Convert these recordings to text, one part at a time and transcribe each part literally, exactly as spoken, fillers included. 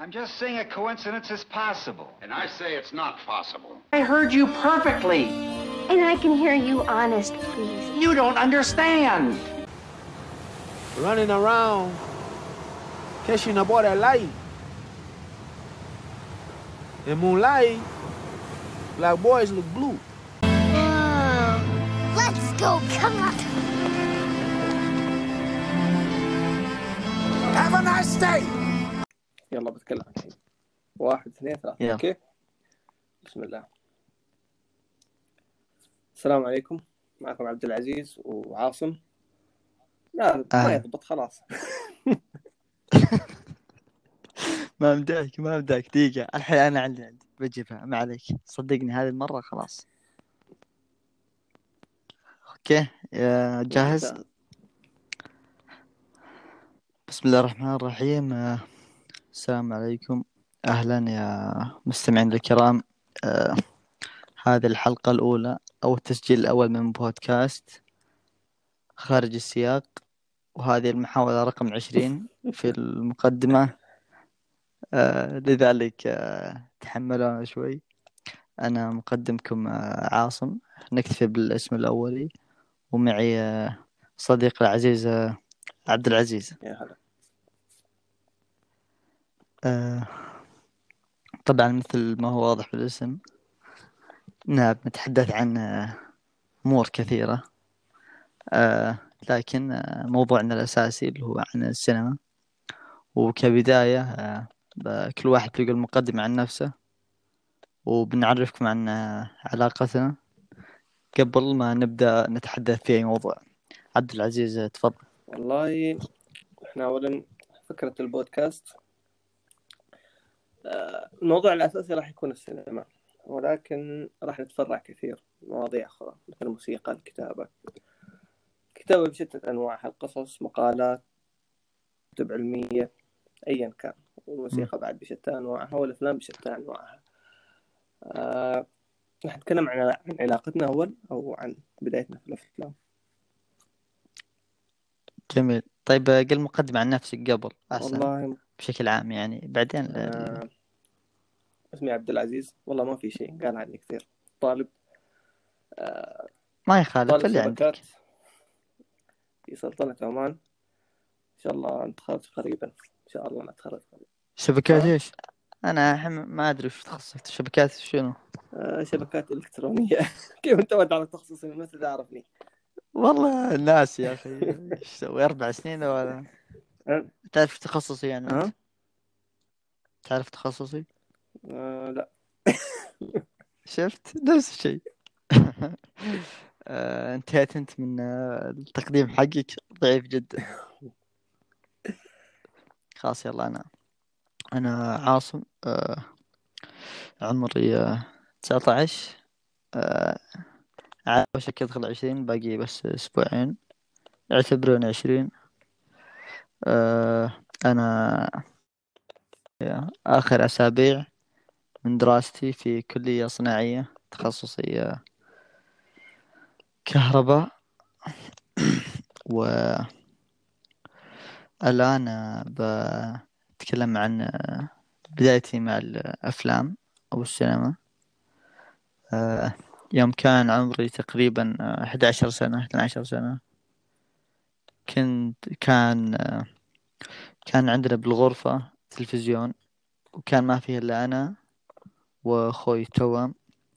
I'm just saying a coincidence is possible. And I say it's not possible. I heard you perfectly. And I can hear you honest, please. You don't understand. Running around, catching a boy that light. In moonlight, black boys look blue. Whoa. Let's go, come on. Have a nice day. يلا بتكلم الحين. واحد اثنين ثلاثة. اوكي. بسم الله. السلام عليكم. معكم عبد العزيز وعاصم. لا ما يضبط خلاص. ما مداك ما مداك دقيقة الحين أنا عندي عندي بجيبها ما عليك صدقني هذه المرة خلاص. أوكي جاهز؟ بسم الله الرحمن الرحيم. السلام عليكم، أهلا يا مستمعين الكرام. آه هذه الحلقة الأولى أو التسجيل الأول من بودكاست خارج السياق، وهذه المحاولة رقم عشرين في المقدمة. آه لذلك آه تحملونا شوي. أنا مقدمكم آه عاصم، نكتفي بالاسم الأولي، ومعي آه صديق العزيز آه عبد العزيز. يا هلا. آه طبعا مثل ما هو واضح بالاسم نحن نتحدث عن أمور كثيرة، آه لكن آه موضوعنا الأساسي اللي هو عن السينما. وكبداية آه كل واحد بيقول مقدمة عن نفسه، وبنعرفكم عن آه علاقتنا قبل ما نبدأ نتحدث في أي موضوع. عبد العزيز تفضل. والله احنا أولا فكرة البودكاست الموضوع الأساسي راح يكون السينما، ولكن راح نتفرع كثير مواضيع أخرى مثل الموسيقى، الكتابة كتابة بشتى أنواعها، القصص، مقالات، كتب علمية، أيا كان، والموسيقى بعد بشتى أنواعها، والأفلام بشتى أنواعها. آه، راح نتكلم عن عن علاقتنا أول أو عن بدايتنا في الأفلام. جميل. طيب قل مقدمة عن نفسك قبل أحسن. والله بشكل عام يعني بعدين. آه، اسمي عبد العزيز. والله ما في شيء قال عني كثير. طالب آه ما يخالف طالب اللي شبكات عندك في سلطنة عمان. إن شاء الله نتخرج قريبا. إن شاء الله نتخرج قريبا. شبكات آه. إيش؟ أنا حم... ما أدري وش تخصصت شبكات شنو. آه شبكات إلكترونية. كيف أنت ود على تخصصي من متى تعرفني؟ والله الناس يا أخي إيش سوي أربع سنين ولا أه؟ تعرف تخصصي يعني أنت؟ أه؟ تعرف تخصصي؟ آه لا. شفت نفس الشيء. آه، انتهيت أنت من آه، التقديم حقك ضعيف جدا. خلاص يلا أنا أنا عاصم. آه، عمري آه، تسعة عشر. آه، وشك يدخل عشرين، باقي بس أسبوعين اعتبروني عشرين. آه، أنا آخر أسابيع من دراستي في كلية صناعية تخصصي كهرباء. والآن بتكلم عن بدايتي مع الأفلام أو السينما. يوم كان عمري تقريبا أحد عشر سنة اثنا عشر سنة، كنت كان كان عندنا بالغرفة تلفزيون، وكان ما فيه إلا أنا وأخوي توام.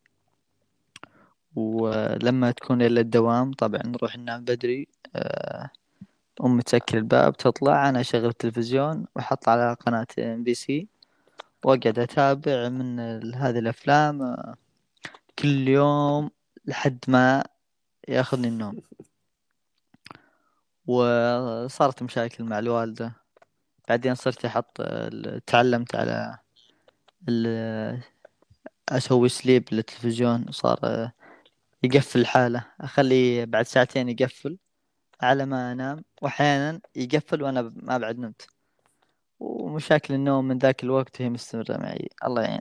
ولما تكون إلى الدوام طبعا نروح ننام بدري. أم تسكر الباب تطلع، أنا أشغل التلفزيون وأحط على قناة إم بي سي وأقعد أتابع من هذه الأفلام كل يوم لحد ما يأخذني النوم. وصارت مشاكل مع الوالدة. بعدين صرت أحط تعلمت على أسوي سليب للتلفزيون، وصار يقفل الحالة، أخليه بعد ساعتين يقفل على ما أنام، وأحيانا يقفل وأنا ما بعد نمت. ومشاكل النوم من ذاك الوقت هي مستمرة معي، الله يعين.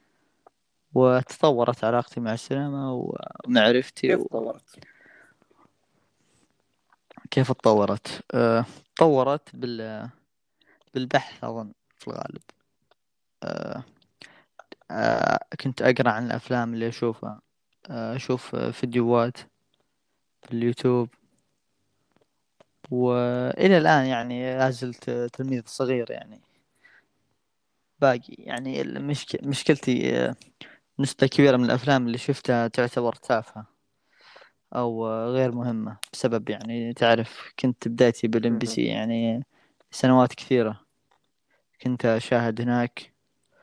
وتطورت علاقتي مع السينما ومعرفتي. كيف تطورت؟ و... كيف تطورت؟ أه... تطورت بال... بالبحث أظن في الغالب. آه آه كنت أقرأ عن الأفلام اللي أشوفها، آه أشوف فيديوهات في اليوتيوب، وإلى الآن يعني لازلت تلميذ صغير يعني. باقي يعني المشك... مشكلتي آه، نسبة كبيرة من الأفلام اللي شفتها تعتبر تافهة أو آه، غير مهمة، بسبب يعني تعرف كنت بدايتي بالإم بي مهم. سي يعني سنوات كثيرة. كنت أشاهد هناك،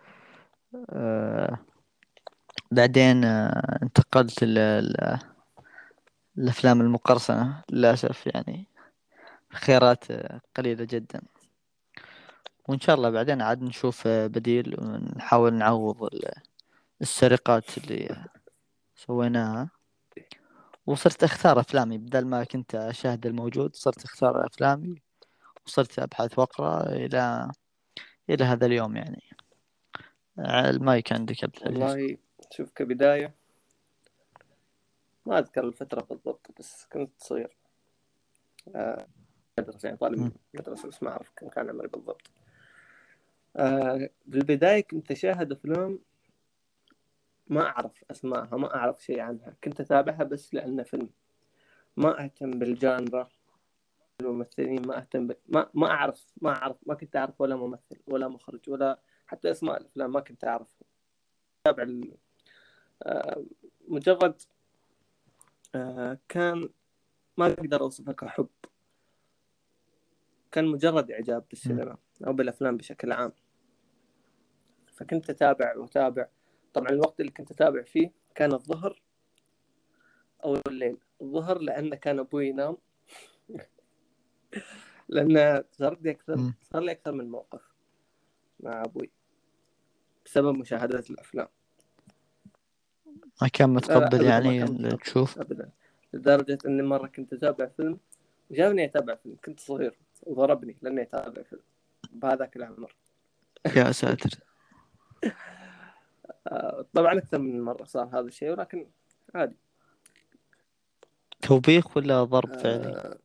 آه بعدين آه انتقلت لل- للأفلام المقرصنة للأسف يعني. خيارات آه، قليلة جدا، وإن شاء الله بعدين عاد نشوف آه، بديل ونحاول نعوض ال- السرقات اللي سويناها. وصرت أختار أفلامي بدل ما كنت أشاهد الموجود، صرت أختار أفلامي وصرت أبحث وأقرأ إلى إلى هذا اليوم يعني. آه، المايك عندك عبد العزيز. والله شوف، كبداية ما أذكر الفترة بالضبط، بس كنت صغير، آه، مدرسة يعني م. طالب مدرسة، بس ما أعرف كم كان عمري بالضبط. آه، بالبداية كنت أشاهد أفلام ما أعرف أسمائها، ما أعرف شيء عنها، كنت أتابعها بس لأنه فيلم. ما أهتم بالجانرا، الممثلين ما أهتم ب... ما ما أعرف ما أعرف ما كنت أعرف ولا ممثل ولا مخرج ولا حتى أسماء الأفلام ما كنت أعرف. أتابع ال... آه، مجرد آه، كان ما أقدر أوصفه كحب، كان مجرد إعجاب م. بالسينما أو بالأفلام بشكل عام. فكنت أتابع وأتابع. طبعا الوقت اللي كنت أتابع فيه كان الظهر أو الليل. الظهر لأنه كان أبوي ينام لأن صار لي أكثر م. صار لي أكثر من موقف مع أبوي بسبب مشاهدة الأفلام. ما كان لا لا متقبل أبدا، ما يعني كان اللي متقبل تشوف. أبدا، لدرجة إني مرة كنت أتابع فيلم وجابني أتابع فيلم، كنت صغير وضربني لأني أتابع فيلم بهذاك العمر. يا ساتر. آه، طبعا أكثر من مرة صار هذا الشيء، ولكن عادي. توبيخ ولا ضرب فعلي؟ آه،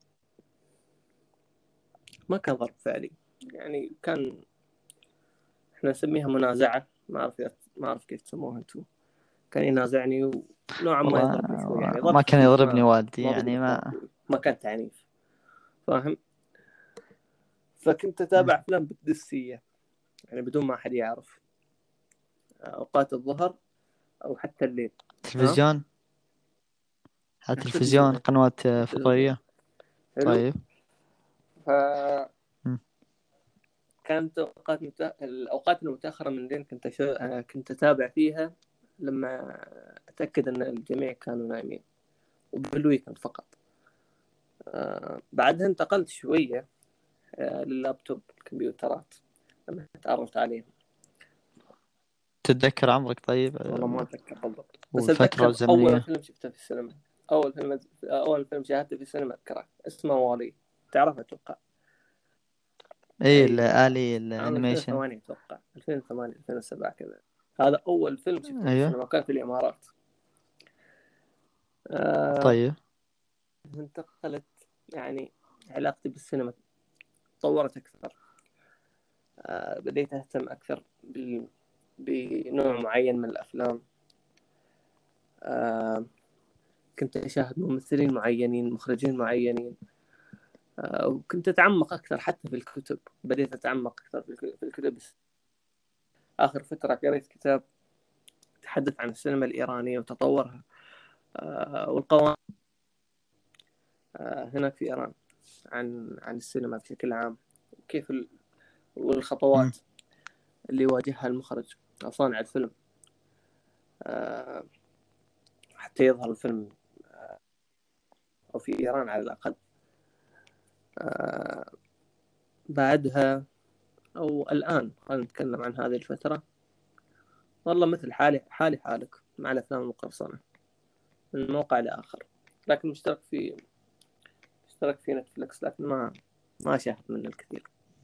ما كان ضرب فعلي، يعني كان إحنا نسميها منازعة، ما أعرف ما أعرف كيف تسموها أنتم. كان ينازعني ونوعا ما والله يضربني شوي، يعني ضرب ما كان خفيف، يضربني ما والدي ما يعني بقول ضرب ما. ما كان تعنيف، فاهم. فكنت م. أتابع أفلام بالدسية يعني بدون ما أحد يعرف، أوقات الظهر أو حتى الليل. ها، تلفزيون؟ على على التلفزيون التلفزيون، قنوات على آه، التلفزيون. فضائية؟ حلو. طيب. فكانت م. أوقات مت... الأوقات المتأخرة من الليل كنت أش... آه، كنت أتابع فيها لما أتأكد أن الجميع كانوا نايمين، وبالويكند فقط. آه، بعدها انتقلت شوية آه، لللابتوب، الكمبيوترات لما تعرفت عليهم. تتذكر عمرك طيب والله ما آه، أتذكر بالضبط، بس والفترة أتذكر أول الزمنية؟ فيلم شفته في السينما. أول فيلم أول فيلم شاهدته في السينما أذكره، اسمه والي، تعرفه أتوقع. ايه أيوة، الآلي عام الانيميشن. ألفين وثمانية أتوقع، ألفين وثمانية ألفين وسبعة كذا. هذا أول فيلم شفته في ايوه. السينما، كان في الإمارات. آه، طيب. انتقلت يعني علاقتي بالسينما تطورت أكثر. آه، بديت أهتم أكثر بال... بنوع معين من الأفلام. آه، كنت أشاهد ممثلين معينين، مخرجين معينين. آه، وكنت أتعمق أكثر حتى في الكتب، بديت أتعمق أكثر في الك- في الكتب. آخر فترة قريت كتاب يتحدث عن السينما الإيرانية وتطورها، آه، والقوانين آه، هناك في إيران عن عن السينما بشكل عام، كيف ال... م. والخطوات اللي يواجهها المخرج أو صانع الفيلم آه، حتى يظهر الفيلم أو في إيران على الأقل. آه، بعدها أو الآن خلينا نتكلم عن هذه الفترة. والله مثل حالي حالي حالك مع الأفلام المقرصنة من موقع لآخر، لكن مشترك في مشترك في نتفلكس، لكن ما ما شاهد منه الكثير.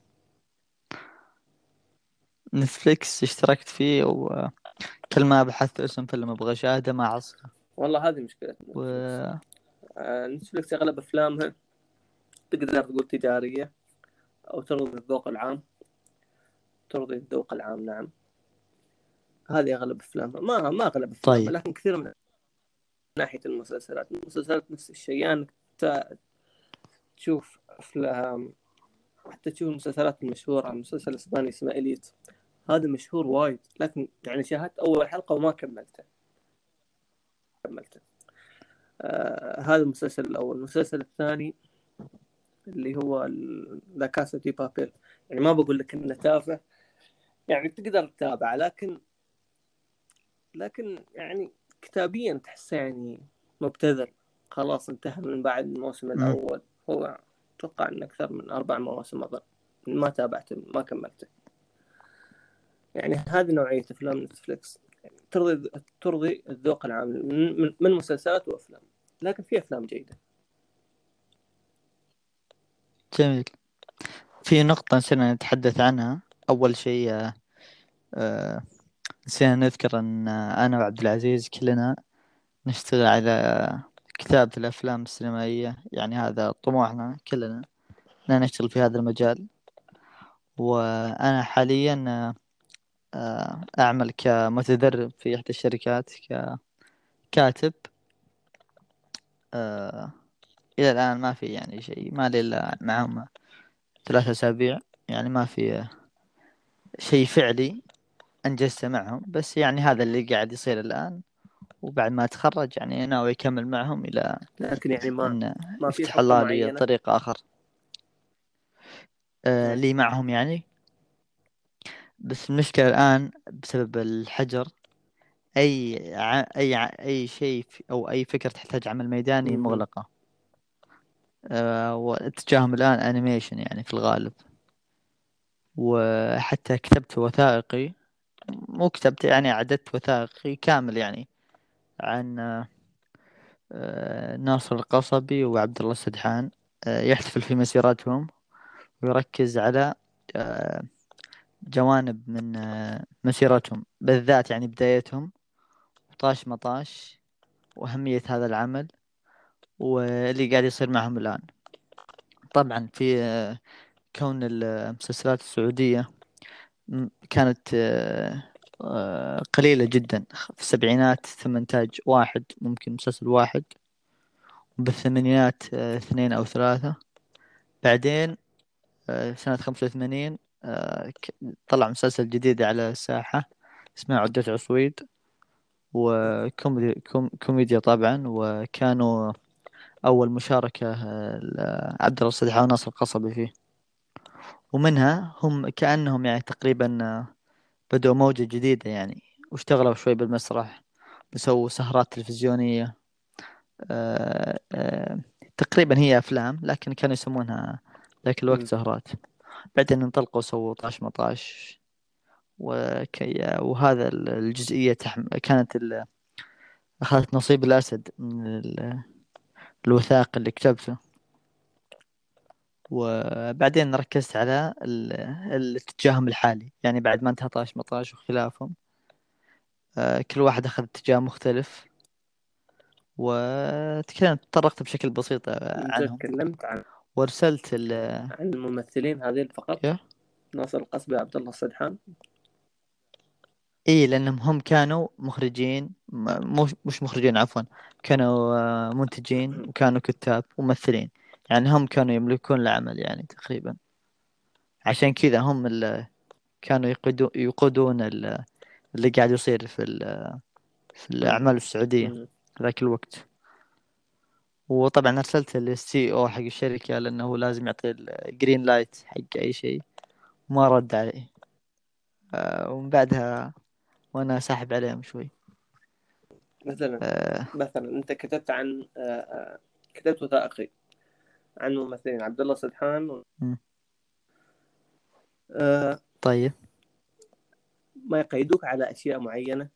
نتفليكس اشتركت فيه، وكل ما بحثت اسم فيلم ابغى اشاهده ما اعصره. والله هذه مشكلة و نتفلكس. آه، نتفلكس أغلب أفلامها تقدر تقول تجارية أو ترضي الذوق العام، ترضي الذوق العام. نعم، هذه أغلب أفلامها، ما ما أغلب أفلامها طيب. لكن كثير من ناحية المسلسلات. المسلسلات نفس الشيء، يعني ت- تشوف أفلام، حتى تشوف المسلسلات المشهورة. المسلسل الإسباني اسمه إليت، هذا مشهور وايد، لكن يعني شاهدت أول حلقة وما كملته كملته آه هذا المسلسل الأول. المسلسل الثاني اللي هو لا كاسا دي بابيل، يعني ما بقول لك إنه تافه، يعني تقدر تتابعه، لكن لكن يعني كتابيا تحسه يعني مبتذل، خلاص انتهى من بعد الموسم الأول. هو أتوقع إن أكثر من أربع مواسم أظن، ما تابعته ما كملته. يعني هذه نوعية أفلام نتفليكس، يعني ترضي ترضي الذوق العام من, من, من مسلسلات وأفلام، لكن في أفلام جيدة. جميل. في نقطة نسينا نتحدث عنها. أول شيء آه، آه، نسينا نذكر أن أنا وعبد العزيز كلنا نشتغل على كتابة الأفلام السينمائية، يعني هذا طموحنا كلنا، أننا نشتغل في هذا المجال. وأنا حاليا آه، أعمل كمتدرب في إحدى الشركات ككاتب. آه، إلى الآن ما في يعني شيء، ما لي إلا معهم ثلاثة أسابيع، يعني ما في شيء فعلي أنجزته معهم، بس يعني هذا اللي قاعد يصير الآن. وبعد ما أتخرج يعني ناوي أكمل معهم إلى لكن يعني ما أن ما في يفتح خطة الله لي معينة. طريق آخر آه م. لي معهم يعني. بس المشكلة الآن بسبب الحجر، أي ع... أي ع... أي شيء في... أو أي فكرة تحتاج عمل ميداني م- م. مغلقة. آه واتجاههم الآن أنيميشن يعني في الغالب. وحتى كتبت وثائقي، مو كتبت يعني عددت وثائقي كامل يعني عن آه، ناصر القصبي وعبد الله السدحان، آه، يحتفل في مسيرتهم ويركز على آه، جوانب من آه، مسيرتهم بالذات، يعني بدايتهم طاش مطاش وأهمية هذا العمل واللي قاعد يصير معهم الآن. طبعا في آه، كون المسلسلات السعودية م- كانت آه، آه، قليلة جدا. في السبعينات ثم إنتاج واحد، ممكن مسلسل واحد. بالثمانينات آه، اثنين أو ثلاثة. بعدين آه، سنة خمسة وثمانين آه، ك- طلع مسلسل جديد على الساحة اسمه عدة عصويد، وكوميدي كوم كوميديا طبعا. وكانوا أول مشاركة آه، لعبد الله الصديحة وناصر القصبي فيه. ومنها هم كأنهم يعني تقريبا آه، بدأوا موجة جديدة يعني، واشتغلوا شوي بالمسرح، وسووا سهرات تلفزيونية. آه، آه، تقريبا هي أفلام لكن كانوا يسمونها ذاك الوقت م. سهرات. بعدين انطلقوا وسووا طاش مطاش. وكي وهذا ال- الجزئية تحم... كانت ال... أخذت نصيب الأسد من ال... الوثائق اللي كتبته. وبعدين ركزت على ال... الاتجاههم الحالي، يعني بعد ما انتهى طاش مطاش وخلافهم آه، كل واحد أخذ اتجاه مختلف. وتكلمت تطرقت بشكل بسيط آه، أنت عنهم، تكلمت عن وارسلت ال عن الممثلين هذين فقط، كيف؟ ناصر القصبي عبد الله السدحان. اي لانهم هم كانوا مخرجين، م- مش مش مخرجين عفوا، كانوا آه، منتجين وكانوا كتاب وممثلين، يعني هم كانوا يملكون العمل يعني تقريبا. عشان كذا هم اللي كانوا يقودون يقودون ال- اللي قاعد يصير في ال- في الأعمال السعودية م. في ذاك الوقت. وطبعا أرسلت للسي او حق الشركة لأنه لازم يعطي الجرين لايت حق أي شيء، وما رد علي. آه، ومن بعدها وأنا ساحب عليهم شوي. مثلا آه، مثلا أنت كتبت عن آه، آه، كتبت وثائقي عن ممثلين عبد الله السدحان. م. آه، طيب. ما يقيدوك على أشياء معينة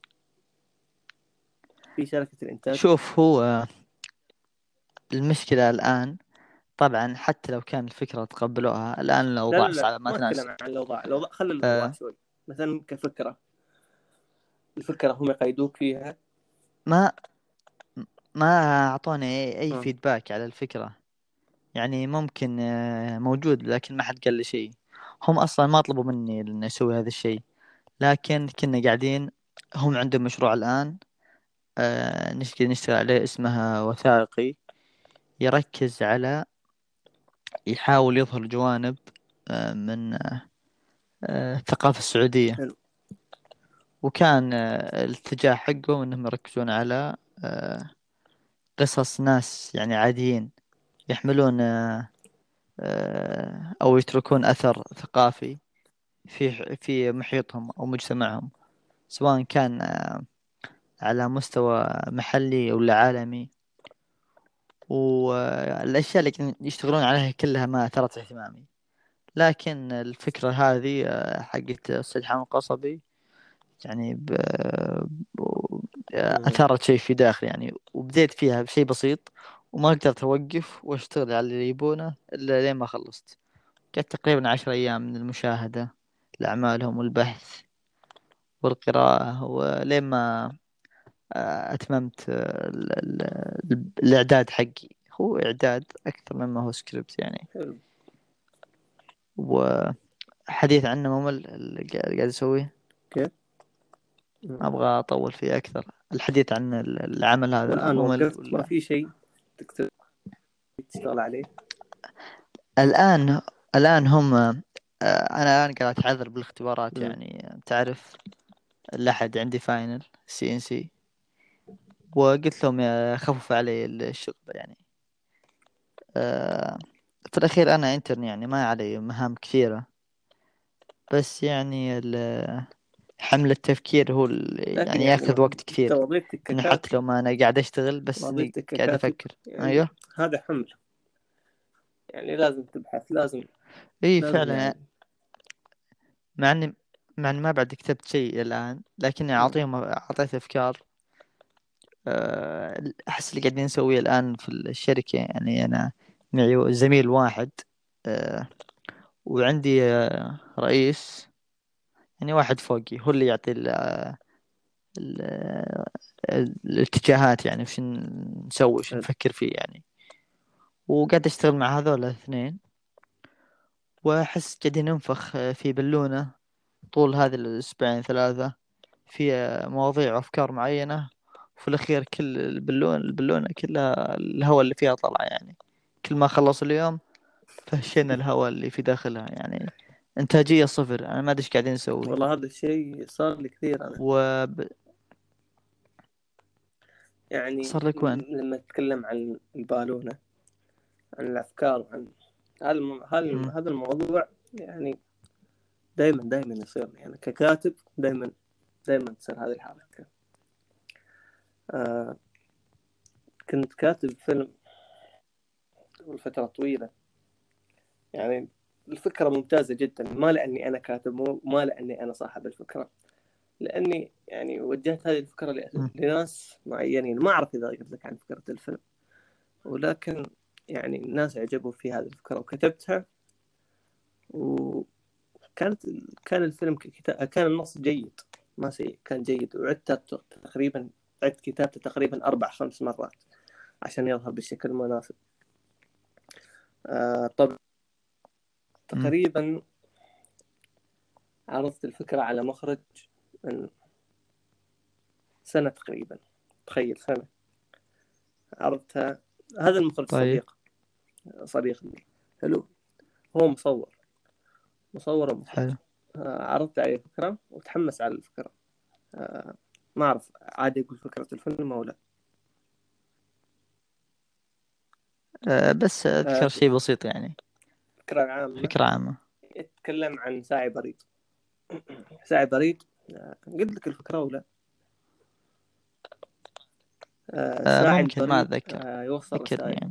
في شركة الإنتاج؟ شوف هو المشكلة الآن، طبعا حتى لو كان الفكرة تقبلوها الآن لا الأوضاع لا لا، صعبة ما ما تناسب. أتكلم عن الأوضاع. الأوضاع خلي الأوضاع أه شوي. مثلا كفكرة، الفكرة هم يقيدوك فيها. ما ما أعطوني أي آه. فيدباك على الفكرة، يعني ممكن آه، موجود لكن ما حد قال لي شيء. هم أصلا ما طلبوا مني إن أسوي هذا الشيء، لكن كنا قاعدين. هم عندهم مشروع الآن آه نشتغل نشتغل عليه، اسمها وثائقي، يركز على، يحاول يظهر جوانب آه من آه الثقافة السعودية. حلو. وكان آه الاتجاه حقهم إنهم يركزون على آه قصص ناس يعني عاديين يحملون آه آه أو يتركون أثر ثقافي في في محيطهم أو مجتمعهم، سواء كان آه على مستوى محلي ولا عالمي. والأشياء اللي كانوا يشتغلون عليها كلها ما أثارت اهتمامي، لكن الفكرة هذه آه، حقت أستاذ حامد القصبي يعني ب... ب- أثارت شيء في داخلي يعني، وبديت فيها بشيء بسيط، وما قدرت أوقف وأشتغل على اللي يبونه إلا لين ما خلصت. قعدت تقريبا عشر أيام من المشاهدة لأعمالهم والبحث والقراءة، ولين ما آه، أتممت آه، ال- ال- ال- الإعداد حقي. هو إعداد أكثر مما هو سكريبت يعني. حلو. وحديث عنه ممل اللي قاعد قاعد أسويه، كيف؟ ما أبغى أطول فيه أكثر. الحديث عن ال- العمل هذا والآن ممل وقفت، ما ولا؟ في شيء تقدر تشتغل عليه؟ الآن الآن هم آه، أنا الآن قاعد أتعذر بالاختبارات، مم. يعني تعرف الأحد عندي فاينل سي إن سي، وقلت لهم يا خفف علي الشغل يعني. آه، في الأخير أنا انترن يعني ما علي مهام كثيرة، بس يعني ال- حمل التفكير هو ال- لكن يعني يعني ياخذ وقت انت كثير. وظيفتك إنه ككاتب، حتى لو ما أنا قاعد أشتغل بس إني وظيفتك قاعد ككاتب أفكر. يعني أيوه. هذا حمل، يعني لازم تبحث، لازم إيه لازم فعلا يعني. يعني. مع إني مع إني ما بعد كتبت شيء الآن، لكني مم. أعطيهم أعطيت أفكار. آه، أحس اللي قاعدين نسويه الآن في الشركة، يعني أنا معي زميل واحد آه، وعندي آه، رئيس، يعني واحد فوقي هو اللي يعطي ال ال الاتجاهات، يعني وش نسوي وش حلو. نفكر فيه يعني. وقاعد أشتغل مع هذول الاثنين، وأحس قاعدين ننفخ في بالونة طول هذه الأسبوعين ثلاثة في مواضيع وأفكار معينة، وفي الأخير كل البالون البالونة كلها الهواء اللي فيها طلع يعني. كل ما خلص اليوم فهشنا الهواء اللي في داخلها يعني. إنتاجية صفر. أنا ما أدري إيش قاعدين نسوي. والله هذا الشيء صار لي كثير أنا، وصار يعني لك وين؟ لما أتكلم عن البالونة، عن الأفكار، عن هذا الم... هذا الم- مم. هذا الموضوع، يعني دائما دائما يصير، يعني ككاتب دائما دائما تصير هذه الحركة. آه كنت كاتب فيلم لفترة طويلة، يعني الفكرة ممتازة جدا، ما لأني أنا كاتب، ما لأني أنا صاحب الفكرة، لأني يعني وجهت هذه الفكرة ل- مم. لناس معينين. ما أعرف إذا قلت لك عن فكرة الفيلم، ولكن يعني الناس عجبوا في هذه الفكرة وكتبتها، وكانت كان الفيلم ككتاب، كان النص جيد ما سيء، كان جيد. وعدت تقريبا عدت كتابته تقريبا أربع خمس مرات عشان يظهر بالشكل المناسب. آه طب مم. تقريبا عرضت الفكرة على مخرج من سنة تقريبا، تخيل سنة عرضتها. هذا المخرج طيب. صديق صديق لي، حلو، هو مصور مصور ومخرج. حلو. آه عرضت عليه الفكرة وتحمس على الفكرة. آه ما أعرف عادي يقول فكرة الفيلم أو لا. أه بس أذكر آه شيء بسيط يعني. فكرة عامة، فكرة عامة. يتكلم عن ساعي بريد. ساعي بريد، آه قلت لك الفكرة ولا؟ آه أه ساعي ممكن ما البريد أتذكر. آه يوصل ذكرني رسائل يعني.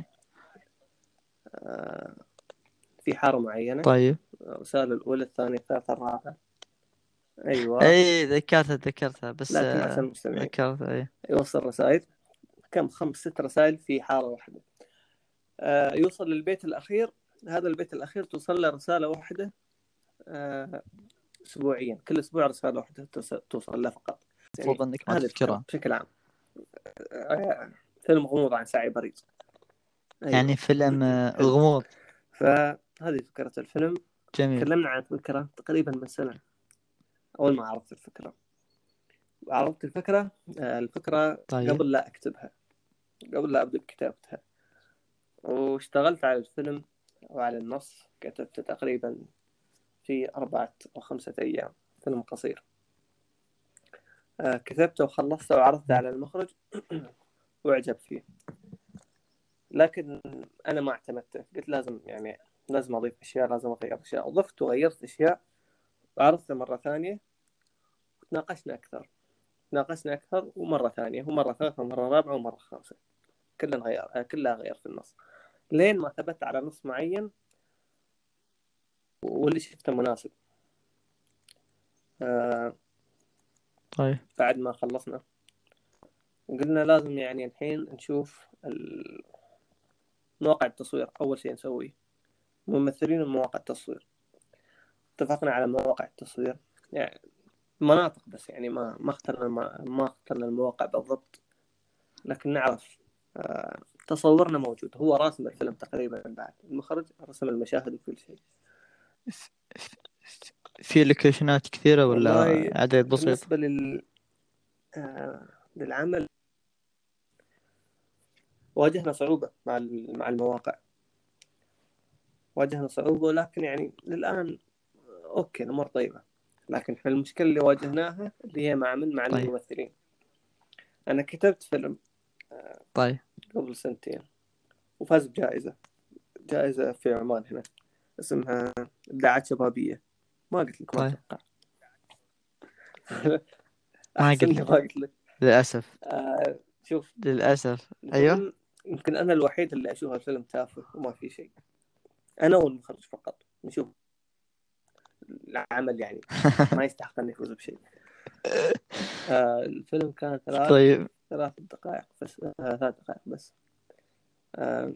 آه في حارة معينة، طيب. الرسالة الأولى الثانية الثالثة الرابعة. أيوة، أي ذكرتها ذكرتها بس لكن عشان أه المستمعين ذكرتها. أي. يوصل رسائل، كم خمس ست رسائل في حارة واحدة. آه يوصل للبيت الأخير، هذا البيت الأخير توصل له رسالة واحدة آه أسبوعيا، كل أسبوع رسالة واحدة توصل- توصل له فقط. يعني المفروض أنك ما هذه الفكرة تذكرها. بشكل عام. آه فيلم غموض عن ساعي بريد. أيوة. يعني فيلم آه، غموض. فهذه فكرة الفيلم. جميل. تكلمنا عن الفكرة تقريبا من سنة أول ما عرفت الفكرة. عرفت الفكرة آه، الفكرة طيب. قبل لا أكتبها، قبل لا أبدأ بكتابتها، واشتغلت على الفيلم وعلى النص. كتبت تقريبا في أربعة أو خمسة أيام، فيلم قصير. آه، كتبته وخلصته وعرضته على المخرج وأعجب فيه، لكن أنا ما اعتمدته. قلت لازم يعني لازم أضيف أشياء، لازم أغير أشياء. أضفت وغيرت أشياء وعرضته مرة ثانية وتناقشنا أكثر تناقشنا أكثر ومرة ثانية ومرة ثالثة ومرة رابعة ومرة خامسة، كلها غير كلها غير في النص، لين ما ثبت على نص معين واللي شفته مناسب. آه طيب. بعد ما خلصنا قلنا لازم يعني الحين نشوف مواقع التصوير. أول شيء نسويه ممثلين ومواقع التصوير. اتفقنا على مواقع التصوير، يعني مناطق بس، يعني ما ما اخترنا ما, ما اخترنا المواقع بالضبط، لكن نعرف آه تصورنا موجود. هو راسم الفيلم تقريبا، بعد المخرج رسم المشاهد وكل شيء. في لوكيشنات كثيرة ولا والله عدد بسيط؟ بالنسبة لل آه للعمل واجهنا صعوبة مع مع المواقع، واجهنا صعوبة، لكن يعني للآن أوكي الأمور طيبة. لكن احنا المشكلة اللي واجهناها اللي هي مع من مع طيب. الممثلين. أنا كتبت فيلم آه طيب. قبل سنتين وفاز بجائزة جائزة في عمان هنا، اسمها إبداعات شبابية. ما قلت لك، ما طيب. أتوقع. ما أحسن قلت لي ما قلت لك. للأسف. آه شوف للأسف. أيوه. الفيلم يمكن أنا الوحيد اللي أشوف الفيلم تافه وما في شيء. أنا والمخرج فقط نشوف العمل يعني ما يستحق أن يفوز بشيء. آه الفيلم كان ثلاث طيب. ثلاث دقائق بس، آه ثلاث دقائق بس. آه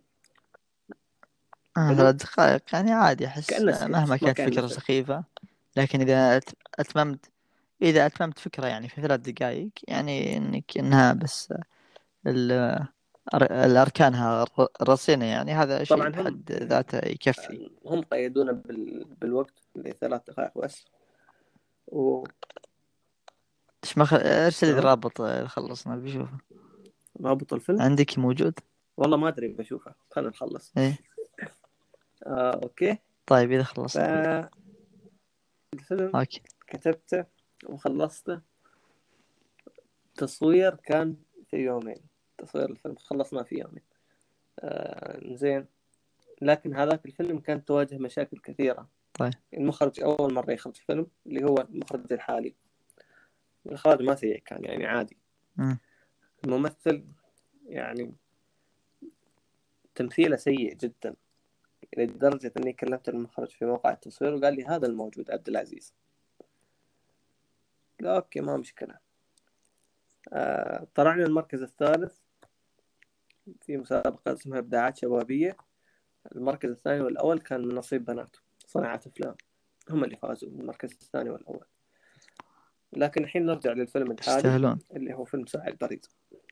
آه حلو، ثلاث دقائق يعني عادي أحس، كأنه سكتش، مهما ما كانت كأنه فكرة فيلم. سخيفة، لكن إذا أت- أتممت إذا أتممت فكرة يعني في ثلاث دقائق، يعني إنك إنها بس ال- أر- الأركانها الر- الرصينة، يعني هذا شيء طبعا هم بحد ذاته يكفي. آه هم قيدونا بال... بالوقت لثلاث دقائق بس. و إيش ما خ... أرسل لي شلون الرابط اللي خلصنا بشوفه. رابط الفيلم؟ عندك موجود؟ والله ما أدري، بشوفه. خلينا نخلص. إيه. آه أوكي. طيب إذا خلصنا. فالفيلم أوكي. كتبته وخلصته. تصوير كان في يومين، تصوير الفيلم خلصناه في يومين. آه زين، لكن هذاك الفيلم كانت تواجه مشاكل كثيرة. طيب. المخرج أول مرة يخرج فيلم، اللي هو المخرج الحالي، الإخراج ما سيء كان، يعني عادي. مم. الممثل يعني تمثيله سيء جدا، يعني لدرجة أني كلمت المخرج في موقع التصوير وقال لي هذا الموجود عبد العزيز. لا أوكي ما مشكلة. آه طلعنا المركز الثالث في مسابقة اسمها إبداعات شبابية. المركز الثاني والأول كان من نصيب بنات صناعة أفلام، هم اللي فازوا بالمركز الثاني والأول. لكن الحين نرجع للفيلم الحالي يستاهلون. اللي هو فيلم ساعي البريد.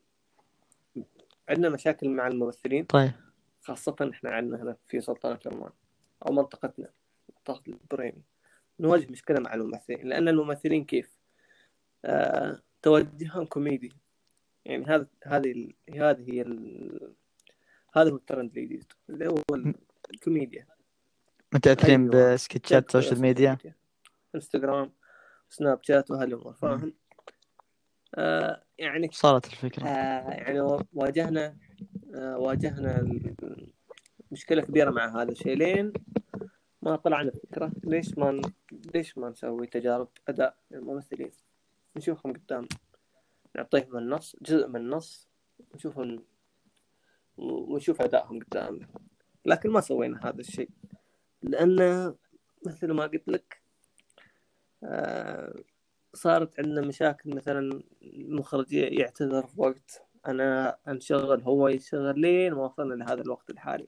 عندنا مشاكل مع الممثلين، طيب. خاصة إحنا عندنا هنا في سلطنة عمان أو منطقتنا، منطقة البريمي، نواجه مشكلة مع الممثلين. لأن الممثلين كيف آه، توجههم كوميدي، يعني هذا هذه هذه هي ال... هذا هو الترند الجديد اللي هو الكوميديا. متأثرين أيوة. بسكتشات السوشيال ميديا، انستغرام، سناب شات وهالأمور، فاهم؟ آه يعني صارت الفكرة. آه يعني واجهنا آه واجهنا مشكلة كبيرة مع هذا الشيء، لين ما طلعنا فكرة ليش ما ن... ليش ما نسوي تجارب أداء للممثلين، نشوفهم قدام، نعطيهم النص، جزء من النص، نشوفهم ونشوف أدائهم قدامنا. لكن ما سوينا هذا الشيء، لأن مثل ما قلت لك آه صارت عندنا مشاكل. مثلا المخرج يعتذر في وقت، أنا أنشغل، هو يشتغل، لين ما وصلنا لهذا الوقت الحالي.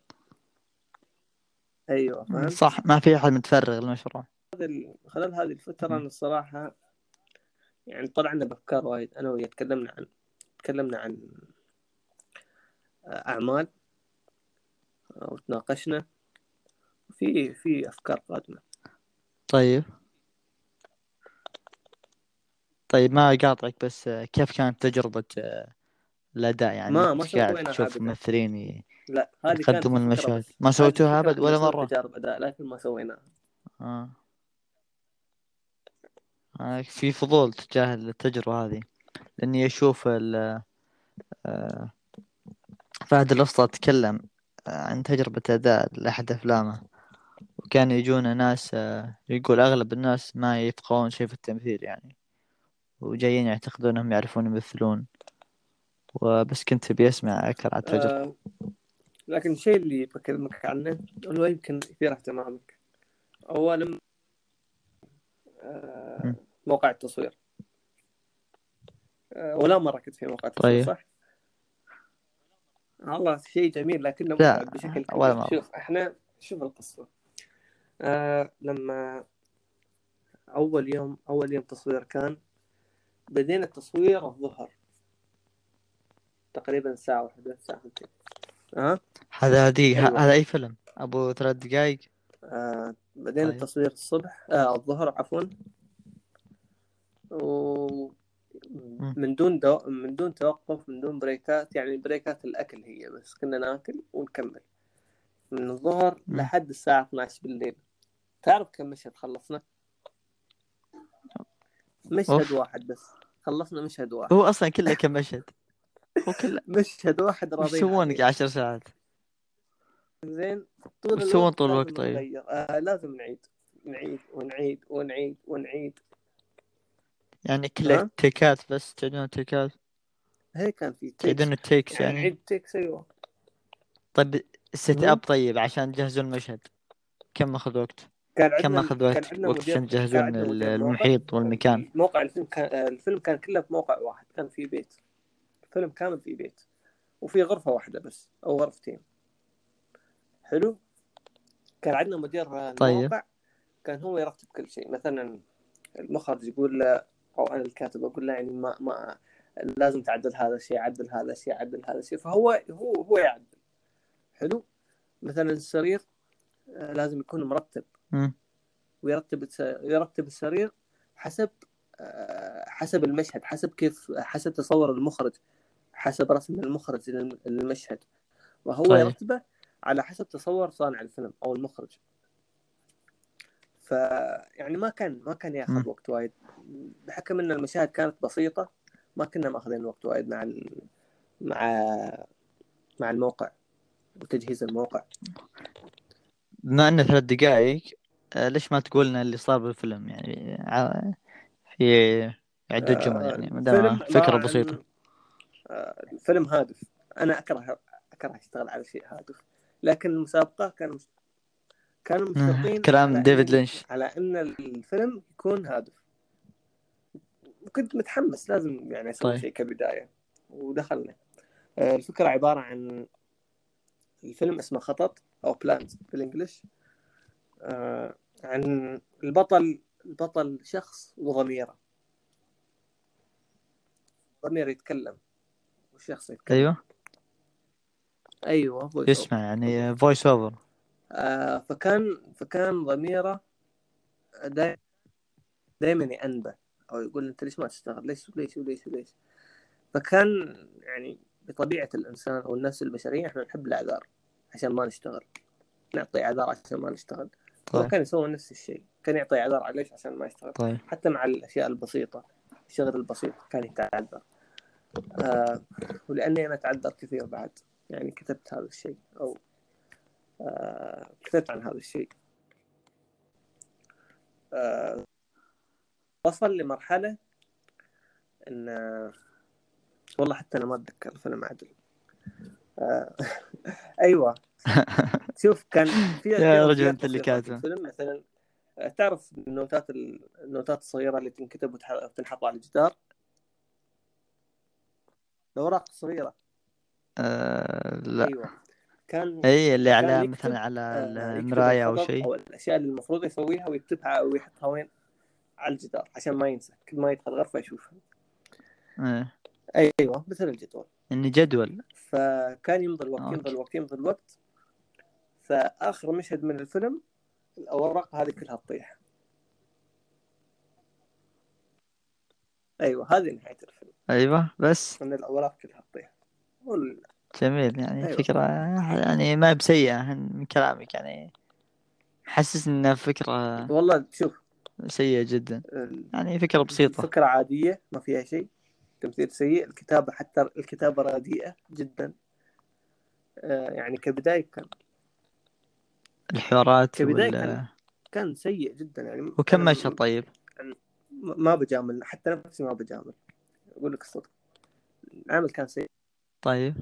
أيوة فهمت. صح، ما في أحد متفرغ للمشروع. خلال هذه الفترة أنا الصراحة يعني طلعنا بأفكار وايد، أنا وياه تكلمنا عن تكلمنا عن أعمال وتناقشنا في في أفكار قادمة. طيب طيب ما أقاطعك، بس آه، كيف كانت تجربة آه، الأداء؟ يعني ما ما أنت قاعد سويناها تشوف ابدا. ممثلين ي- لا، هذه كانت يقدمون الفكره المشاهد، بس. ما هذه سويتوها الفكره أبد احنا ولا نسوي مرة؟ تجارب اداء لكن ما سويناها. آه. آه، في فضول تجاه التجربة هذه، لأني أشوف ال- آه، فهد الأسطى تكلم آه، عن تجربة أداء لأحد أفلامه، وكان يجون ناس آه، يقول أغلب الناس ما يفقهون شيء في التمثيل يعني، وجايين يعتقدون أنهم يعرفون يمثلون، وبس كنت بيسمع أكثر عن التجربة. آه لكن الشيء اللي بكلمك عنه انه يمكن يثير اهتمامك. اولا آه م. موقع التصوير. آه ولا مره كنت في موقع التصوير طيب. صح؟ والله شيء جميل لكنه لا متعب بشكل ولا كبير. مرة. شوف احنا شوف القصه. آه لما اول يوم اول يوم تصوير كان، بدينا التصوير الظهر تقريبا ساعه واحده ساعه ثنتين. اه هذا هدي ه- ايوه. هذا أي فيلم أبو ثلاث دقايق؟ آه بدينا طيب. التصوير الصبح آه الظهر عفوا، م. ومن دون دو... من دون توقف، من دون بريكات. يعني بريكات الأكل هي بس، كنا ناكل ونكمل من الظهر م. لحد الساعة اثنتي عشرة بالليل. تعرف كم مشهد خلصنا؟ مشهد أوف. واحد بس، خلصنا مشهد واحد. هو أصلا كله كم مشهد؟ هو كله مشهد واحد وش راضين يسوونك عليه. عشر ساعات؟ زين، طول وش يسوون الوقت طول لازم الوقت طيب؟ نغير. آه لازم نعيد نعيد ونعيد ونعيد ونعيد. يعني كله ها تيكات بس، تعيدون التيكات؟ هي كان في تيكس. تعيدون التيكس يعني يعني؟ نعيد تيكس ايوه. طيب السيت اب مهم. طيب عشان تجهزون المشهد كم أخذ وقت؟ كان كم عندنا أخذ كان وقت عندنا وقت مدير عشان كان تجهزون عندنا ال- مدير موقع. المحيط والمكان؟ الموقع الفيلم كان الفيلم كان كله في موقع واحد، كان في بيت. الفيلم كامل في بيت وفي غرفة واحدة بس أو غرفتين. حلو. كان عندنا مدير طيب. الموقع، كان هو يرتب كل شيء. مثلا المخرج يقول له، أو أنا الكاتب أقول له يعني ما ما لازم تعدل هذا الشيء، عدل هذا الشيء، عدل هذا الشيء، فهو هو هو يعدل. حلو. مثلا السرير آه، لازم يكون مرتب، م. ويرتب يرتب السرير حسب آه، حسب المشهد، حسب كيف حسب تصور المخرج، حسب رسم المخرج للمشهد، وهو طيب. يرتبه على حسب تصور صانع الفيلم أو المخرج. فيعني ما كان ما كان م. ياخذ وقت وايد، بحكم ان المشاهد كانت بسيطة. ما كنا ماخذين وقت وايد مع ال... مع مع الموقع وتجهيز الموقع. بما أنه ثلاث دقايق، آه، ليش ما تقول لنا اللي صار بالفيلم يعني ع- في عدة جمل آه، يعني ما الفيلم دام عبارة فكرة بسيطة؟ عن آه، الفيلم هادف. أنا أكره أكره أشتغل على شيء هادف، لكن المسابقة كانوا كانوا آه، مشترطين على كلام ديفيد إن لينش. على إن الفيلم يكون هادف. وكنت متحمس، لازم يعني أسوي طيب. شيء كبداية، ودخلنا. آه، الفكرة عبارة عن الفيلم اسمه خطط أو بلانز بالإنجليش. آه، عن البطل البطل شخص وضميره. ضمير يتكلم والشخص يتكلم. أيوه أيوه voice over. يسمع يعني فويس اوفر. آه فكان فكان ضميره دايما دايما يأنبه أو يقول أنت ليش ما تشتغل، ليش وليش وليش وليش. فكان يعني بطبيعة الإنسان أو النفس البشرية إحنا نحب الأعذار عشان ما نشتغل، نعطي أعذار عشان ما نشتغل. هو طيب. كان يسوي نفس الشيء، كان يعطي أعذار على ليش عشان ما يشتغل. طيب. حتى مع الأشياء البسيطة، الشغل البسيط كان يتعذر. آه ولأني أنا أتعذر كثير بعد، يعني كتبت هذا الشيء أو آه كتبت عن هذا الشيء. آه وصل لمرحلة إن آه والله حتى أنا ما أتذكر الفيلم عدل. آه أيوة. شوف كان في يا رجل أنت اللي كاتبه. الفيلم مثلا آه تعرف النوتات النوتات الصغيرة اللي تنكتب وتنحط على الجدار، الأوراق الصغيرة. أه لا. أيوة. كان اي اللي كان على يكتب مثلا على آه يكتب المراية او الخطط شيء. أو الأشياء اللي المفروض يسويها ويكتبها أو يحطها وين على الجدار عشان ما ينسى، كل ما يدخل غرفة يشوفها. ايه. أيوة مثل الجدول. اني جدول. فكان يمضي الوقت أوكي. يمضي الوقت يمضي الوقت فآخر مشهد من الفيلم الأوراق هذه كلها تطيح. أيوة هذه نهاية الفيلم، أيوة بس أن الأوراق كلها تطيح. وال... جميل يعني أيوة. فكرة يعني ما بسيئة من كلامك يعني، حسس إنها فكرة والله شوف، سيئة جدا ال- يعني، فكرة بسيطة. الفكرة عادية ما فيها شيء، تمثيل سيء، الكتابة حتى الكتابة رديئة جدا. آه يعني كبداية كان الحوارات كبداية كان وال كان سيء جدا يعني. وكم أنا مشهد م- طيب؟ ما بجامل، حتى نفسي ما بجامل، أقول لك الصدق، العمل كان سيء. طيب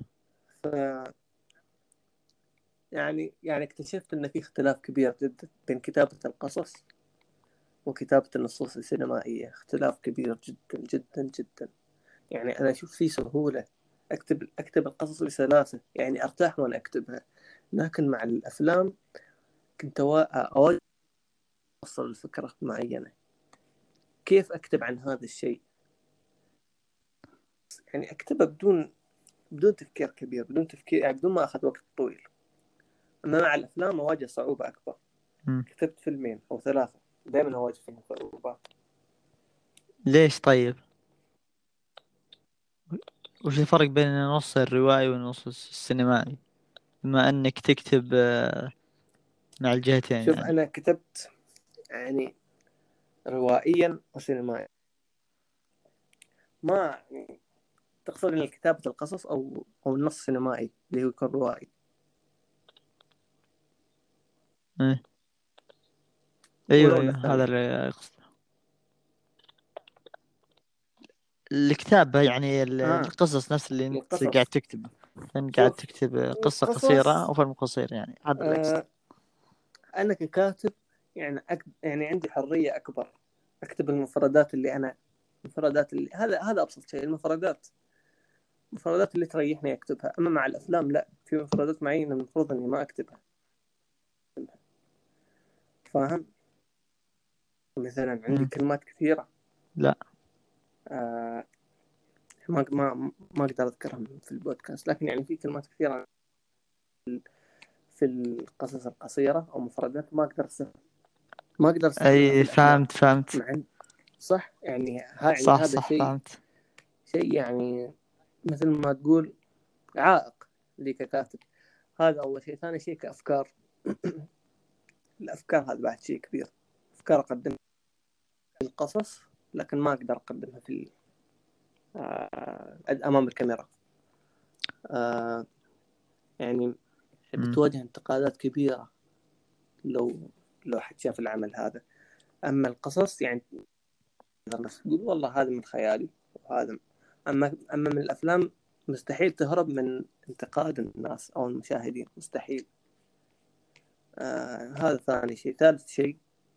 يعني يعني اكتشفت ان في اختلاف كبير جدا بين كتابة القصص وكتابة النصوص السينمائية، اختلاف كبير جدا جدا جدا. يعني انا اشوف في سهولة اكتب اكتب القصص بسلاسة، يعني ارتاح وانا اكتبها، لكن مع الافلام كنت أوا- اواجه اوصل الفكرة معينة، كيف اكتب عن هذا الشيء، يعني اكتبها بدون بدون تفكير كبير، بدون تفكير يعني بدون ما اخذ وقت طويل. اما مع الافلام اواجه صعوبة اكبر. مم. كتبت فيلمين او ثلاثة دائما اواجه فيهم صعوبات. ليش طيب؟ وش الفرق بين النص الروائي والنص السينمائي بما أنك تكتب آه، مع الجهتين شوف يعني؟ أنا كتبت يعني روائيا وسينمائيا. ما تقصد إن كتابة القصص أو أو النص السينمائي اللي هو يكون روائي؟ إيه. أيوه ولا أيوه هذا الثاني؟ اللي أقصده. الكتابة يعني ال- آه القصص نفس اللي أنت قاعد القصص. تكتبه، أنت قاعد شوف تكتب قصة قصيرة القصص، أو فيلم قصير يعني، هذا اللي أقصده. آه أنا ككاتب يعني أك... يعني عندي حرية أكبر، أكتب المفردات اللي أنا المفردات اللي هذا هذا أبسط شيء، المفردات المفردات اللي تريحني أكتبها. أما مع الأفلام لا، في مفردات معينة المفروض إني ما أكتبها، فاهم؟ مثلا عندي مم. كلمات كثيرة، لا آه ما ما ما اقدر اذكرها في البودكاست، لكن يعني في كلمات كثيره في القصص القصيره او مفردات ما اقدر استخدم ما اقدر استخدمها في أي الافلام. فهمت فهمت مع صح يعني ها يعني صح هذا صح شيء فهمت. شيء يعني مثل ما تقول عائق لي ككاتب. هذا اول شيء. ثاني شيء كافكار الافكار هذا بعد شيء كبير. افكار اقدمها في القصص لكن ما اقدر اقدمها في آه امام الكاميرا. آه يعني مم. بتواجه انتقادات كبيرة لو لو حد شاف العمل هذا. أما القصص يعني الناس تقول والله هذا من خيالي وهذا. أما أما من الأفلام مستحيل تهرب من انتقاد الناس أو المشاهدين، مستحيل. آه هذا ثاني شيء. ثالث شيء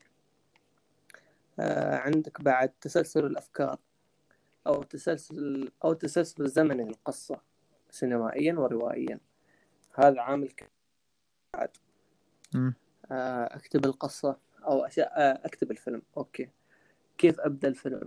آه عندك بعد تسلسل الأفكار أو تسلسل أو تسلسل الزمني للقصة سينمائيا وروائيا، هذا عامل بعد. مم. آه أكتب القصة أو أشياء آه أكتب الفيلم. أوكي، كيف أبدأ الفيلم؟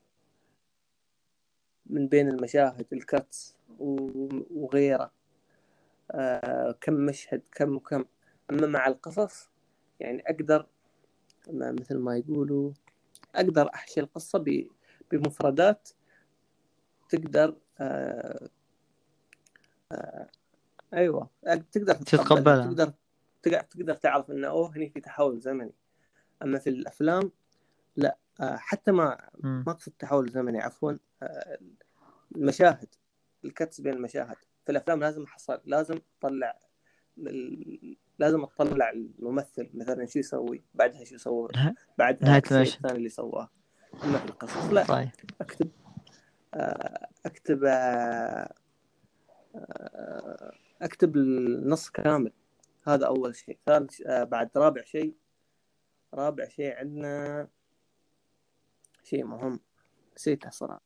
من بين المشاهد الكاتس وغيره، آه كم مشهد كم وكم. أما مع القصص يعني أقدر مثل ما يقولوا أقدر أحشي القصة بمفردات تقدر آه آه أيوة تقدر تتقبلها، تتقبلها. تقدر تقدر تعرف إنه أوه هني في تحول زمني. أما في الأفلام لا، آه حتى ما مم. ما أقصد تحول زمني، عفوا، آه المشاهد الكتس بين المشاهد في الافلام لازم احصل، لازم اطلع لازم اطلع الممثل مثلا شو يسوي بعدها، شو يسوي نه- بعدها، نهاية الشيء المشهد. الثاني اللي سواه. اما في القصص لا، طيب اكتب اكتب اكتب النص كامل. هذا اول شيء. ثالث بعد رابع شيء رابع شيء عندنا شيء مهم نسيته صراحة.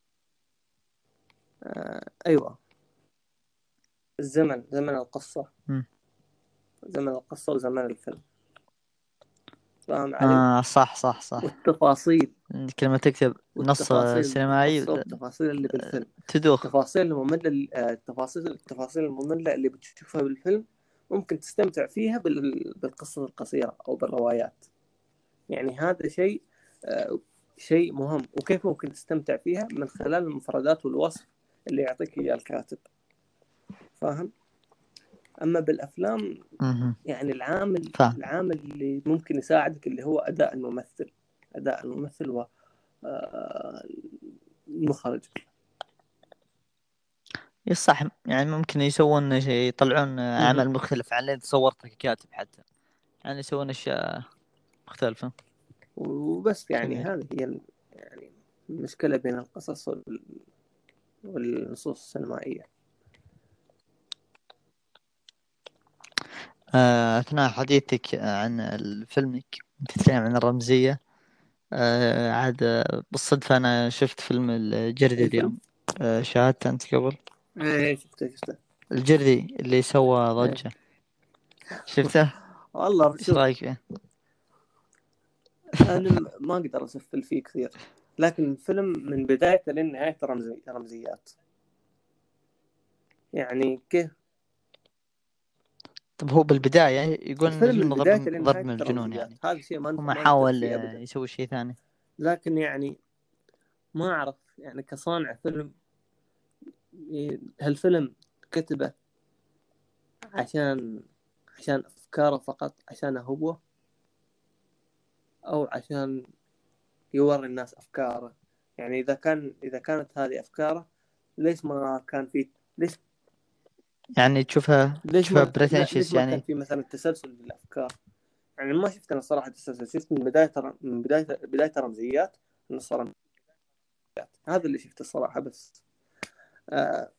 ايوه، الزمن، زمن القصة، مم. زمن القصة وزمن الفيلم، فاهم علي؟ آه صح صح صح. والتفاصيل كلمة تكتب نص والتفاصيل اللي في سينمائي القصة والتفاصيل اللي بالفيلم، تدوخ. التفاصيل المملة التفاصيل التفاصيل المملة اللي بتشوفها بالفيلم ممكن تستمتع فيها بالقصة القصيرة أو بالروايات. يعني هذا شيء شيء مهم، وكيف ممكن تستمتع فيها من خلال المفردات والوصف اللي يعطيك إياه الكاتب. فاهم؟ أما بالأفلام مهم. يعني العامل فاهم. العامل اللي ممكن يساعدك اللي هو أداء الممثل أداء الممثل و آه، المخرج. يصح، يعني ممكن يسوون شيء، يطلعون عمل مختلف عن اللي انت صورته ككاتب، حتى يعني يسوون اشياء مختلفة. وبس يعني جميل. هذه هي ال- يعني المشكلة بين القصص وال- والنصوص السينمائية. آه، أثناء حديثك عن فيلمك تتكلم عن الرمزية، آه، عاد آه، بالصدفة أنا شفت فيلم الجردي أي فيلم؟ اليوم. آه، شاهدت أنت قبل؟ إيه شفته شفته الجردي اللي سوى إيه. ضجة، شفته؟ والله إيش شوف، رأيك فيه؟ أنا م- ما أقدر أسفل فيه كثير، لكن الفيلم من بدايته لنهايته رمزي رمزيات. يعني كيف طب هو بالبداية يقول إن الفيلم من الفيلم بدايته ضرب ضرب لنهايته من الجنون، رمزيات، يعني هذا شيء ما وما ما نقدر حاول فيه آه، أبدا. يسوي شيء ثاني. لكن يعني ما أعرف يعني كصانع فيلم، هالفيلم كتبه عشان عشان أفكاره فقط، عشانه هو، أو عشان يوري الناس أفكاره. يعني إذا كان إذا كانت هذه أفكاره، ليش ما كان في ليش يعني تشوفها ليش تشوفها ما لا ليش بريتنشيس ما كان يعني. في مثلا تسلسل بالأفكار؟ يعني ما شفت أنا صراحة تسلسل، شفت من بداية من بداية بداية رمزيات، نص رمزيات، هذا اللي شفته الصراحة. بس آه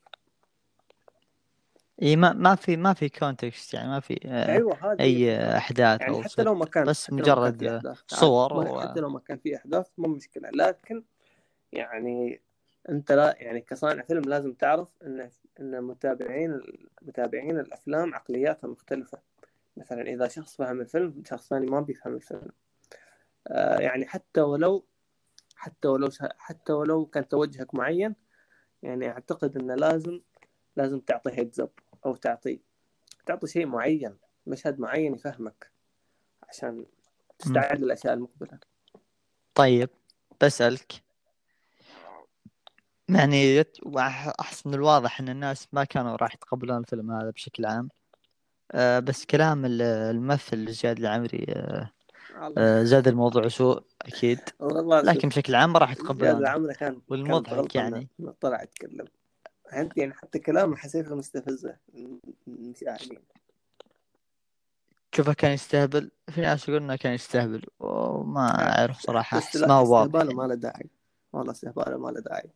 اي ما ما في ما في كونتكست، يعني ما في آه، أيوة هذه هي اي الفكرة. احداث يعني او حتى لو ما سرد، كان بس حتى لو ما كان في مجرد أحداث عادي، صور ما و... حتى لو ما كان في أحداث ما مشكلة. لكن يعني أنت لا يعني كصانع فيلم لازم تعرف إن إن متابعين متابعين الأفلام عقلياتهم مختلفة. مثلا إذا شخص فهم الفيلم، شخص ثاني ما بيفهم الفيلم. آه يعني حتى ولو حتى ولو حتى ولو كان توجهك معين، يعني أعتقد إنه لازم لازم تعطي هيدز أب، أو تعطي تعطي شيء معين، مشهد معين يفهمك عشان مم. تستعد للأشياء المقبلة. طيب بسألك، يعني يت- وأح- أحس من الواضح أن الناس ما كانوا راح يتقبلون الفيلم هذا بشكل عام، أه بس كلام ال- الممثل زياد العمري أه الله أه زاد الموضوع سوء أكيد، والله شوف، لكن بشكل عام ما راح زياد يتقبلونه. العمري كان كانت والمضحك غلطة إنه يعني إنه طلع يتكلم. يعني حتى كلامه حسيته مستفزة من المشاهدين. شوفه كان يستهبل، في ناس يقولون انه كان يستهبل، وما أعرف صراحة، بس أحس ما لا، هو واضح استهباله يعني. ما له داعي، والله استهباله ما له داعي.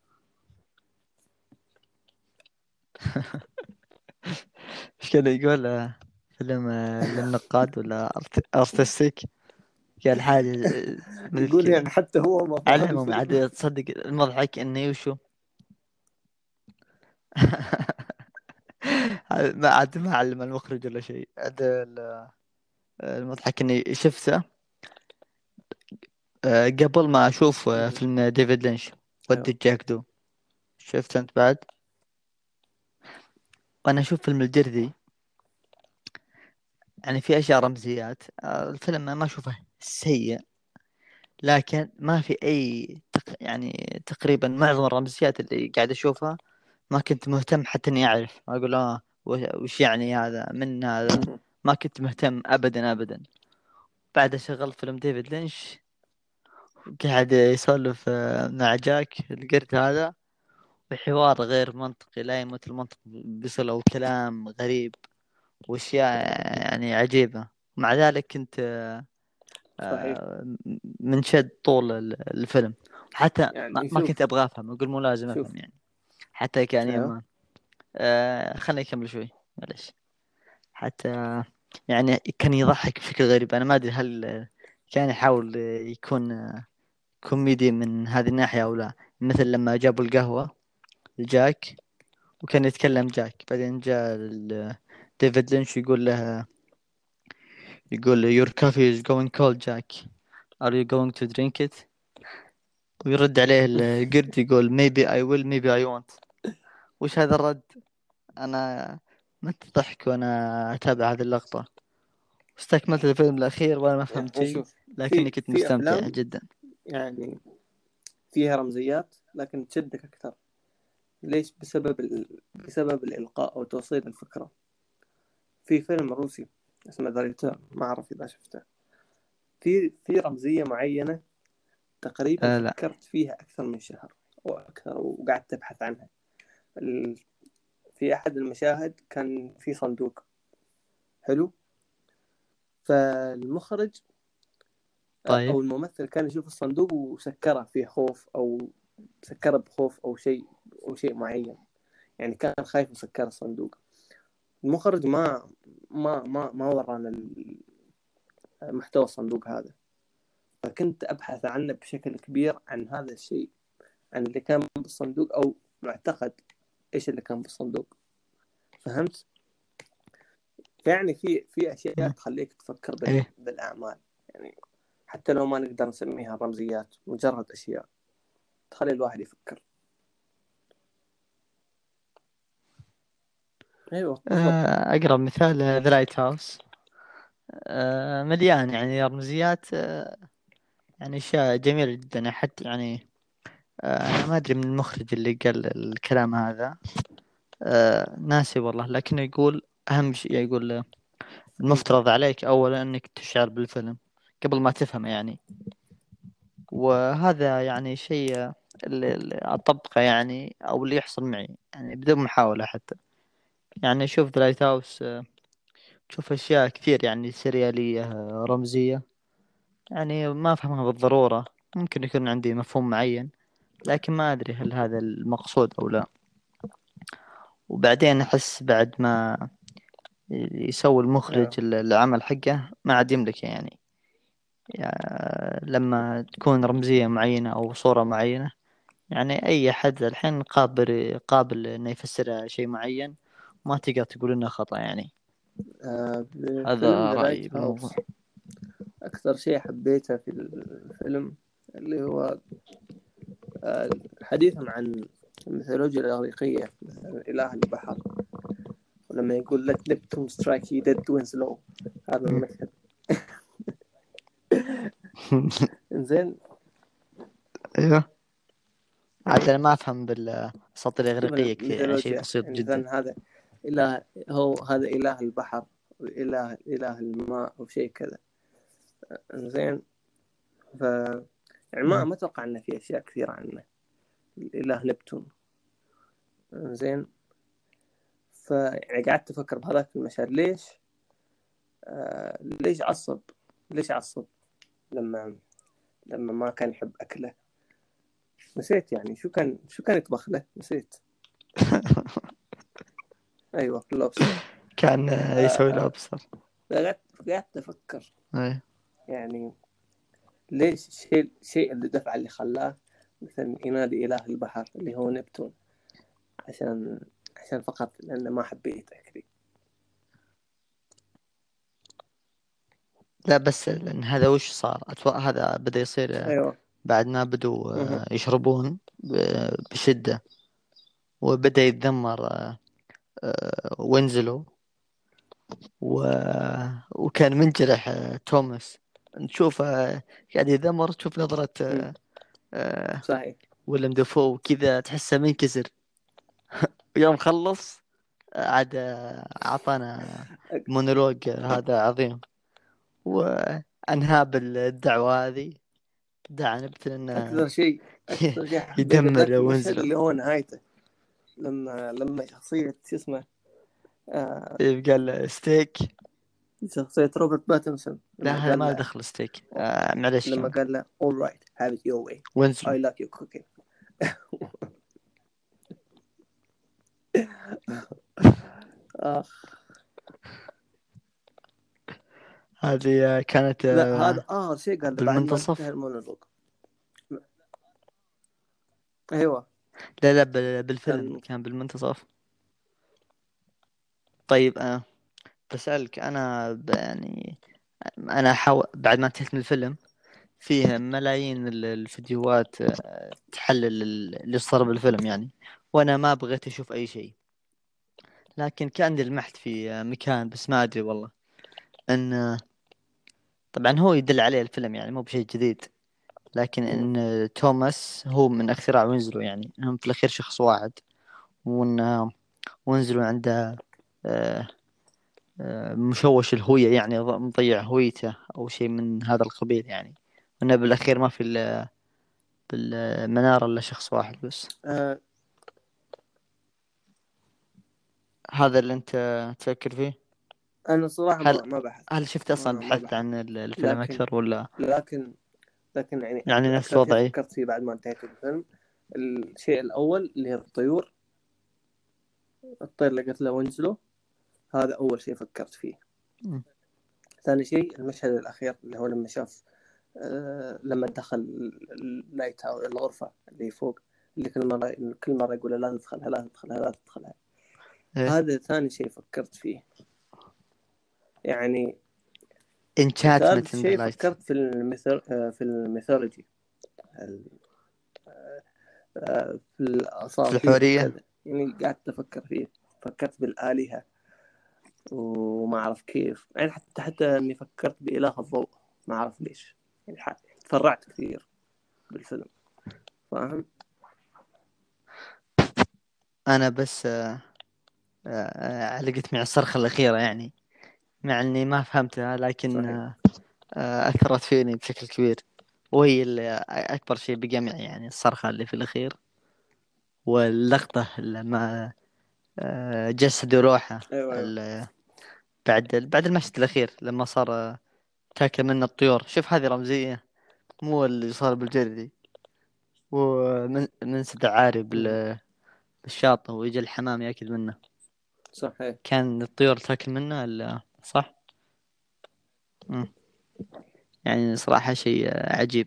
ايش كذا يقول آه، فيلم آه، للنقاد ولا ارتستيك، قال حاجة آه، مثل يقول كذا. يعني حتى هو ما على فهم العموم الفيلم. عاد تصدق المضحك انه وشو ما عاد ما علم المخرج ولا شيء، عاد ال- المضحك اني شفته آه، قبل ما اشوف آه، فيلم ديفيد لينش ودي أيوة. جاك دو. شفت انت بعد؟ وانا اشوف فيلم الجرذي يعني في اشياء رمزيات، آه، الفيلم ما اشوفه سيء، لكن ما في اي تق... يعني تقريبا معظم الرمزيات اللي قاعد اشوفها ما كنت مهتم حتى اني اعرف، اقول اه وش يعني هذا من هذا، ما كنت مهتم ابدا ابدا. بعد شغلت فيلم ديفيد لينش، قاعد يسولف آه، مع جاك القرد هذا بحوار غير منطقي لا يمت المنطق بصلة، وكلام غريب واشياء يعني عجيبة. مع ذلك كنت صحيح. آه، منشد طول ال- الفيلم، حتى ما يعني ما شوف كنت ابغى افهم، اقول مو لازم شوف افهم يعني، حتى كان أيوة. يما آه خليني اكمل شوي معلش. حتى يعني كان يضحك بشكل غريب، انا ما ادري هل كان يحاول يكون كوميدي من هذه الناحية او لا، مثل لما جابوا القهوة لجاك وكان يتكلم جاك، بعدين جاء ال- ديفيد لينش يقول له يقول له your coffee is going cold Jack, are you going to drink it؟ ويرد عليه القرد يقول maybe I will maybe I won't. وش هذا الرد؟ أنا مت ضحك وأنا أتابع هذه اللقطة، واستكملت الفيلم الأخير وأنا ما فهمت يعني شيء، شوف، لكني في كنت في مستمتع أفلام جدا. يعني فيها رمزيات لكن تشدك أكثر. ليش؟ بسبب ال... بسبب الإلقاء أو توصيل الفكرة. في فيلم روسي اسمه ذا ريتيرن، ما أعرف إذا شفته، في في رمزية معينة تقريبا آه لا. فكرت فيها أكثر من شهر أو أكثر وقعدت أبحث عنها. ال... في أحد المشاهد كان في صندوق حلو، فالمخرج طيب. أو الممثل كان يشوف الصندوق وسكره فيه خوف أو سكره بخوف أو شيء أو شيء معين، يعني كان خايف وسكر الصندوق. المخرج ما ما ما ما ورانا محتوى الصندوق هذا، فكنت أبحث عنه بشكل كبير عن هذا الشيء، عن اللي كان بالصندوق أو معتقد إيش اللي كان بالصندوق. فهمت؟ يعني في في أشياء تخليك تفكر بال... إيه. بالأعمال، يعني حتى لو ما نقدر نسميها رمزيات، مجرد أشياء تخلي الواحد يفكر. أيوة. آه، أقرب مثال ذا لايت هاوس، مليان يعني رمزيات، آه، يعني أشياء جميلة جدا. حتى يعني آه، أنا ما أدري من المخرج اللي قال الكلام هذا، آه، ناسي والله، لكنه يقول أهم شيء، يقول آه، المفترض عليك أولا أنك تشعر بالفيلم قبل ما تفهمه يعني. وهذا يعني شيء آه، اللي اللي أطبقه يعني، أو اللي يحصل معي يعني بدون محاولة حتى. يعني شوف ذا لايت هاوس، تشوف أشياء كثير يعني سريالية، آه، رمزية، يعني ما أفهمها بالضرورة، ممكن يكون عندي مفهوم معين لكن ما أدري هل هذا المقصود أو لا. وبعدين أحس بعد ما يسوي المخرج العمل حقه ما عاد يملكه يعني. يعني لما تكون رمزية معينة أو صورة معينة، يعني أي أحد الحين قابل قابل إنه يفسرها شيء معين، ما تقدر تقول إنه خطأ يعني. آه هذا فيلم ذا رأيي لايت بالموضوع. هاوس أكثر شيء حبيته في الفيلم اللي هو آه حديثا عن الميثولوجيا الإغريقية، مثلا إله البحر، ولما يقول let Neptune strike he dead Winslow، هذا المشهد. إنزين. ايوه، عاد انا ما افهم بالاساطير الاغريقيه كثير، يعني شيء الميثولوجيا بسيط يعني جدا. مثلا هذا إله، هو هذا إله البحر وإله إله الماء أو شيء كذا. إنزين. ف يعني ما ما أتوقع إنه في أشياء كثيرة عنه، الإله نبتون. إنزين. فيعني قعدت أفكر بهذاك المشهد، ليش آه ليش عصب ليش عصب لما لما ما كان يحب أكله. نسيت يعني شو كان شو كان يطبخ له، نسيت. أيوة اللوبستر. كان يسوي له أبصر. قعدت قعدت أفكر أي. يعني ليش الشيء الشيء اللي دفع اللي خلاه مثلا ينادي إله البحر اللي هو نبتون، عشان عشان فقط لأنه ما حبيت أكلي. لا بس لأن هذا وش صار، أتوقع هذا بدأ يصير أيوة. بعد ما بدوا مه. يشربون بشدة، وبدأ يتذمر وينزلو، و... وكان منجرح توماس، نشوفه قاعد يذمر، تشوف نظرة مم. صحيح. ويلم دافو كذا تحسه منكسر. يوم خلص عاد عطانا مونولوج هذا عظيم، وأنهى بالدعوة هذه، دعا نبتن إنه أكثر شيء أكثر شيء حبيته يدمر ذاك المشهد وينزلو. اللي هو نهايته، لما لما شخصية شو اسمه آه قال ستيك، شخصية روبرت باتنسون، لا لما هذا قال ما له دخل ستيك، آه معلش لما كان قال له all right have it your way I وينزلو. like your cooking. آخ. هذه كانت لا هذا آه شيء قال له بعد ما بالمنتصف. انتهى المونولوج. أيوة. لا لا بال- بالفيلم كان كان بالمنتصف. طيب أنا بسألك، أنا ب- يعني أنا حاول بعد ما انتهيت من الفيلم فيه ملايين ال- الفيديوهات آه، تحلل ال- اللي صار بالفيلم يعني، وأنا ما بغيت أشوف أي شيء، لكن كأني لمحت في آه، مكان بس ما أدري والله، إن آه، طبعا هو يدل عليه الفيلم يعني مو بشيء جديد، لكن إن توماس هو من اختراع وينزلو، يعني هم في الأخير شخص واحد، وإن وينزلو عنده آه، آه، مشوش الهوية، يعني ض- مضيع هويته أو شيء من هذا القبيل، يعني وإنه بالأخير ما في ال- بالمنارة إلا شخص واحد بس. آه هذا اللي أنت تفكر فيه؟ انا صراحه هل ما ما بحثت هل شفت أصلا ما ما بحثت بحثت عن ال- الفيلم لكن أكثر ولا لكن لكن يعني يعني نفس اكثر شيء وضعي؟ فكرت فيه بعد ما انتهيت الفيلم، الشيء الاول اللي هي الطيور، الطير اللي قتله وينزلو، هذا اول شيء فكرت فيه. مم. ثاني شيء المشهد الاخير اللي هو لما شاف آه لما دخل اللايت هاوس، الغرفه اللي فوق، اللي كل مره كل مره يقول له لا تدخلها لا تدخلها لا تدخلها. إيه؟ هذا ثاني شيء فكرت فيه. يعني Enchantment ثالث in the شيء Light. فكرت في الميثو... في الميثولوجي، في في الأساطير الحورية. وكذا. يعني قعدت أفكر فيه، فكرت بالآلهة وما أعرف كيف، يعني حتى حتى إني فكرت بإله الضوء، ما أعرف ليش، يعني حتى تفرعت كثير بالفيلم، فاهم؟ أنا بس آه، آه، علقت مع الصرخة الأخيرة، يعني مع إني ما فهمتها، لكن صحيح. آه، آه، أثرت فيني بشكل كبير، وهي اللي أكبر شيء بقى معي، يعني الصرخة اللي في الأخير، واللقطة لما آه، جسدوا روحه أيوة أيوة ال- بعد بعد المشهد الأخير لما صار آه، تاكل منه الطيور. شوف هذه رمزية، مو اللي صار بالجردي، ومن منسد عاري مم. بال- بالشاطئ ويجي الحمام ياكل منه. صحيح. كان الطيور تاكل منه ال- صح. مم. يعني صراحة شيء آه، عجيب.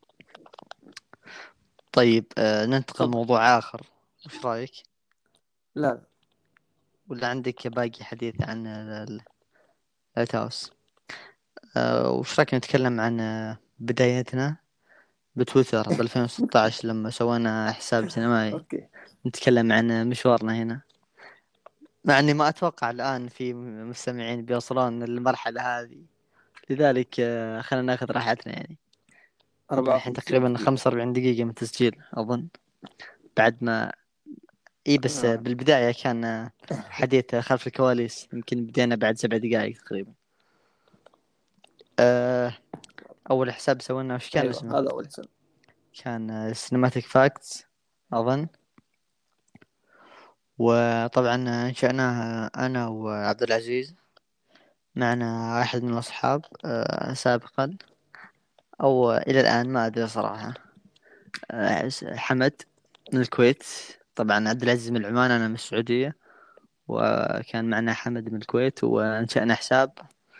طيب آه، ننتقل تفضل. لموضوع آخر، وش رأيك؟ لا لا. ولا عندك باقي حديث عن اللايت هاوس؟ أه وش رأيك نتكلم عن آه، بدايتنا بتويتر ب ألفين وستة عشر لما سوينا حساب سينمائي؟ أوكي. نتكلم عن مشوارنا هنا، مع اني ما اتوقع الان في مستمعين بيوصلون للمرحلة هذه، لذلك آه، خلينا ناخذ راحتنا. يعني أربعة الحين وخمسين تقريبا دقيقة. خمسة وأربعين دقيقة من التسجيل أظن، بعد ما اي بس آه. بالبداية كان حديث خلف الكواليس، يمكن بدينا بعد سبع دقائق تقريبا. أه أول حساب سوينا وش كان أيوة اسمه؟ هذا أول حساب. كان سينماتيك فاكتس أظن. وطبعا انشأناها أنا وعبد العزيز، معنا واحد من الأصحاب أه سابقا، أو إلى الآن ما أدري صراحة، أه حمد من الكويت. طبعا عبد العزيز من عمان، أنا من السعودية، وكان معنا حمد من الكويت، وانشأنا حساب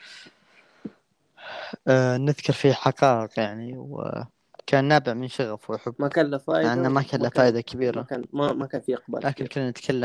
أه نذكر فيه حقائق يعني، وكان نابع من شغف وحب، ما كان له مع فائدة أنه ما كان وما له كان فائدة ما كبيرة، كان ما, ما كان فيه إقبال لكن كبير. كنا نتكلم.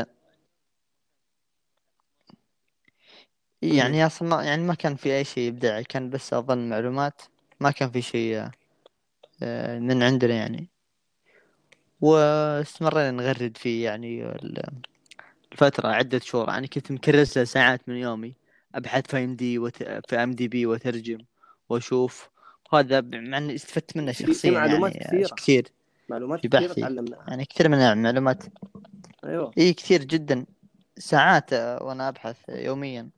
مم. يعني أصلا ما يعني ما كان في أي شيء إبداعي، كان بس أظن معلومات، ما كان في شيء أه من عندنا يعني. واستمرينا نغرد فيه يعني ال- الفترة عدة شهور، يعني كنت مكرس له ساعات من يومي، أبحث في ام دي وت... في ام دي بي وترجم وأشوف. هذا ب- مع إني استفدت منه في في شخصيا معلومات يعني آه، كثيرة، كثير معلومات في كثيرة بحثي، تعلمناها. يعني كثير من المعلومات. أيوة. إيه كثير جدا، ساعات آه، وأنا أبحث يوميا،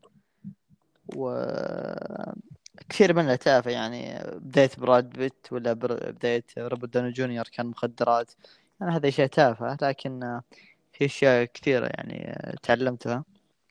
وكثير منها تافه، يعني بداية براد بيت ولا بر... بداية روبرت داوني جونيور كان مخدرات، يعني هذا شيء تافه، لكن آه، في أشياء كثيرة يعني آه، تعلمتها.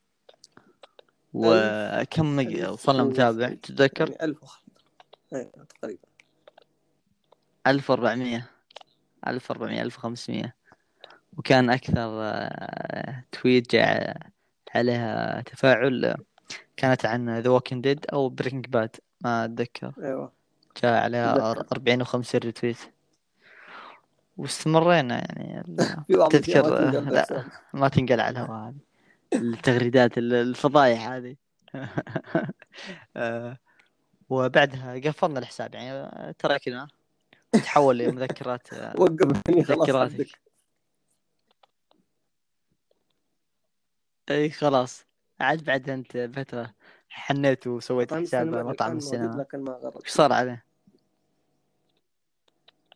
ألف وكم مج- ألف وصلنا متابع وشيء، تتذكر؟ يعني ألف وخ... أيوة تقريبا. ألف وأربعمية، ألف وأربعمية، ألف وخمسمية. وكان أكثر آه، تويت جاء عليها تفاعل كانت عن ذا ووكينج ديد أو بريكنج باد، ما أتذكر، أيوة جاء عليها أتذكر. أربعين وخمسين ريتويت. واستمرينا يعني ال- في بعض الأشياء ما تذكر تنقل آه، ذا لا حساب. ما تنقل على الهواء، هذه التغريدات ال- الفضايح هذه. آه، وبعدها قفلنا الحساب، يعني آه، تركنا، تحول لمذكرات آه، وقف هني خلاص مذكراتك. حدك. اي خلاص، عاد بعد انت فترة حنيت وسويت مطعم حساب السينما مطعم للآن موجود السينما، لكن ما غرد وش فيه. صار عليه؟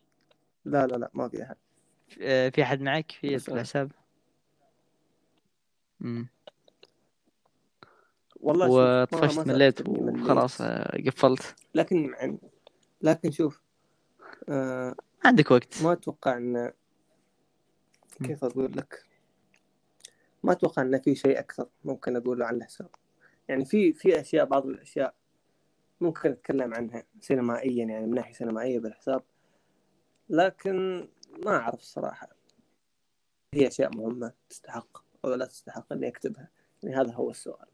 لا لا لا ما في أحد. آه، في أحد معك في بس أنا. الحساب؟ امم والله شوف ما ما وطفشت صارت مليت إني وخلاص مليت، آه، قفلت. لكن يعني لكن شوف آه عندك وقت؟ ما أتوقع إن، مم. كيف أقول لك، ما أتوقع إن في شيء أكثر ممكن أقوله عن الحساب. يعني في في أشياء، بعض الأشياء ممكن أتكلم عنها سينمائيا، يعني من ناحية سينمائية بالحساب، لكن ما أعرف الصراحة هي أشياء مهمة تستحق أو لا تستحق إني أكتبها. يعني هذا هو السؤال.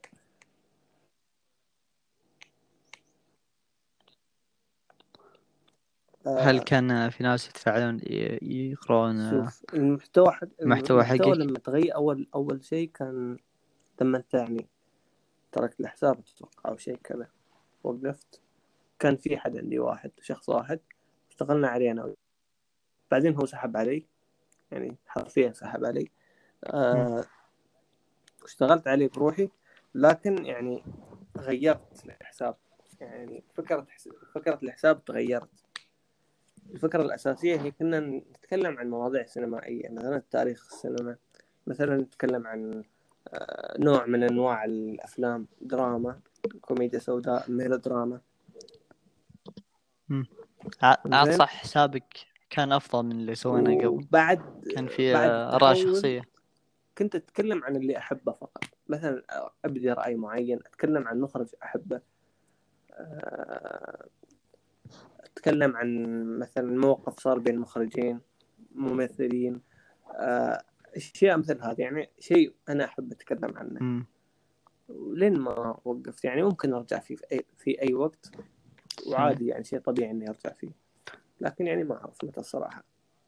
هل آه كان في ناس يتفاعلون ي- يقرون آه، شوف المحتوى حق محتوى المحتوى حقك؟ لما تغير، أول أول شيء كان لما أنت يعني تركت الحساب أتوقع أو شيء كذا، وقفت، كان في حد عندي واحد شخص واحد اشتغلنا عليه أنا، بعدين هو سحب علي، يعني حرفيا سحب علي. مم. آه اشتغلت عليه بروحي، لكن يعني غيرت الحساب. يعني فكرة فكرة الحساب تغيرت. الفكرة الأساسية هي كنا نتكلم عن مواضيع سينمائية، مثلا تاريخ السينما، مثلا نتكلم عن آه، نوع من أنواع الأفلام، دراما، كوميديا سوداء، ميلودراما. مم. ع- عاد زين. صح، حسابك كان أفضل من اللي سويناه قبل. وبعد كان في بعد آه، آراء التحول شخصية. كنت أتكلم عن اللي أحبه فقط، مثلا أبدي رأي معين، أتكلم عن مخرج أحبه، آه، أتكلم عن مثلا موقف صار بين مخرجين، ممثلين، آه، أشياء مثل هذه، يعني شيء أنا أحب أتكلم عنه. مم. لين ما وقفت، يعني ممكن أرجع فيه في أي, في أي وقت، وعادي، يعني شيء طبيعي إني أرجع فيه، لكن يعني ما أعرف متى الصراحة.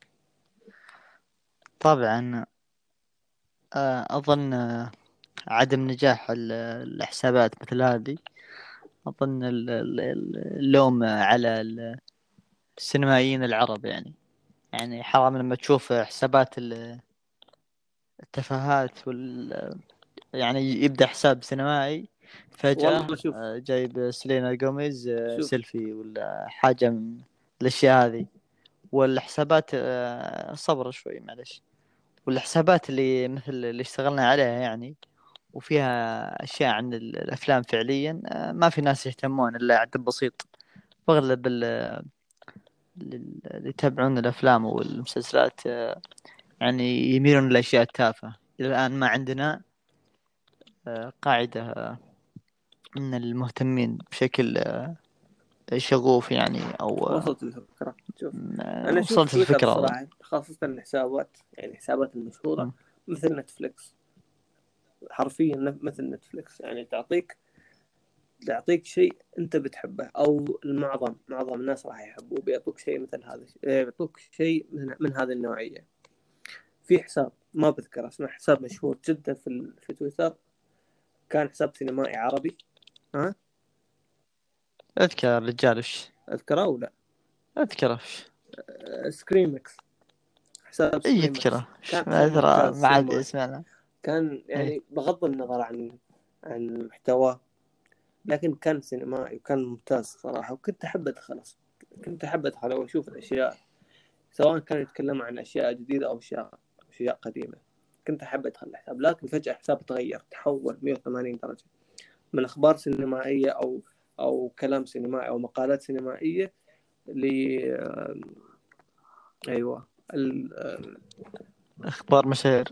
طبعا. آه، أظن آه، عدم نجاح ال- الحسابات مثل هذه، أظن ال- ال- ال- اللوم على ال- السينمائيين العرب. يعني يعني حرام لما تشوف حسابات ال- التفاهات وال يعني يبدأ حساب سينمائي فجأة والله شوف آه، جايب سيلينا جوميز آه، شوف سيلفي ولا حاجة من الأشياء هذه. والحسابات آه، صبر شوي معلش. والحسابات اللي مثل اللي اشتغلنا عليها يعني، وفيها أشياء عن ال- الأفلام فعليا، آه، ما في ناس يهتمون إلا عدد بسيط. وأغلب ال- ال- اللي يتابعون الأفلام والمسلسلات آه، يعني يميلون للأشياء التافهة. إلى الآن ما عندنا آه، قاعدة آه، من المهتمين بشكل آه، شغوف يعني، أو آه، وصلت الفكرة. شوف آه، أنا أشوف وصلت تويتر الفكرة أظن. الصراحة، خاصة الحسابات، يعني الحسابات المشهورة م. مثل نتفليكس، حرفيا مثل نتفليكس، يعني تعطيك تعطيك شيء أنت بتحبه، أو المعظم معظم الناس راح يحبوا، بيعطوك شيء مثل هذا، بيعطوك شيء من, من هذه النوعية. في حساب ما بذكر اسمه، حساب مشهور جدا في ال... في تويتر، كان حساب سينمائي عربي. ها أذكر الرجال وش أذكره أو لا؟ أذكره وش أه، سكريمكس. حساب إيه سكريمكس أذكره وش كان ما حساب أذكر، ممتاز ما عاد سينمائي. اسمعنا. كان إيه. يعني بغض النظر عن عن المحتوى، لكن كان سينمائي وكان ممتاز صراحة، وكنت أحب أدخله كنت أحب أدخله وأشوف الأشياء، سواء كان يتكلم عن أشياء جديدة أو أشياء أشياء قديمة. كنت أحب أدخل الحساب، لكن فجأة حساب تغير، تحول مية وثمانين درجة، من أخبار سينمائية أو أو كلام سينمائي أو مقالات سينمائية ل آه، أيوة ال... آه، أخبار مشاهير.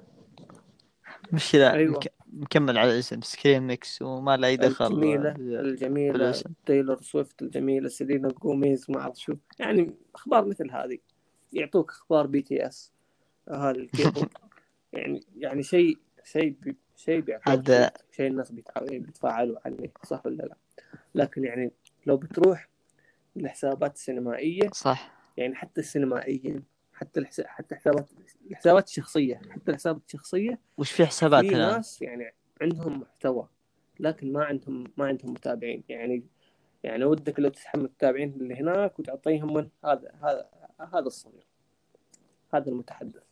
مش لا أيوة مك... مكمل على الاسم سكرين ميكس وما له أي دخل الجميلة ب- الجميلة بالاسم. تايلور سويفت، الجميلة سيلينا جوميز، ما أعرف شو، يعني أخبار مثل هذه. يعطوك أخبار بي تي إس، هذا الكيبوب، يعني يعني شيء شيء بي شيء بيعطوك شيء هذا شيء الناس بيتع- بيتفاعلوا عليه، صح ولا لا؟ لكن يعني لو بتروح الحسابات السينمائية، صح. يعني حتى السينمائيين، حتى الحس... حتى حسابات الحسابات الشخصية، حتى الحسابات الشخصية، وش في حسابات في الآن؟ ناس يعني عندهم محتوى، لكن ما عندهم ما عندهم متابعين. يعني يعني ودك لو تسحب المتابعين اللي هناك وتعطيهم من هذا هذا هذا الصغير، هذا المتحدث.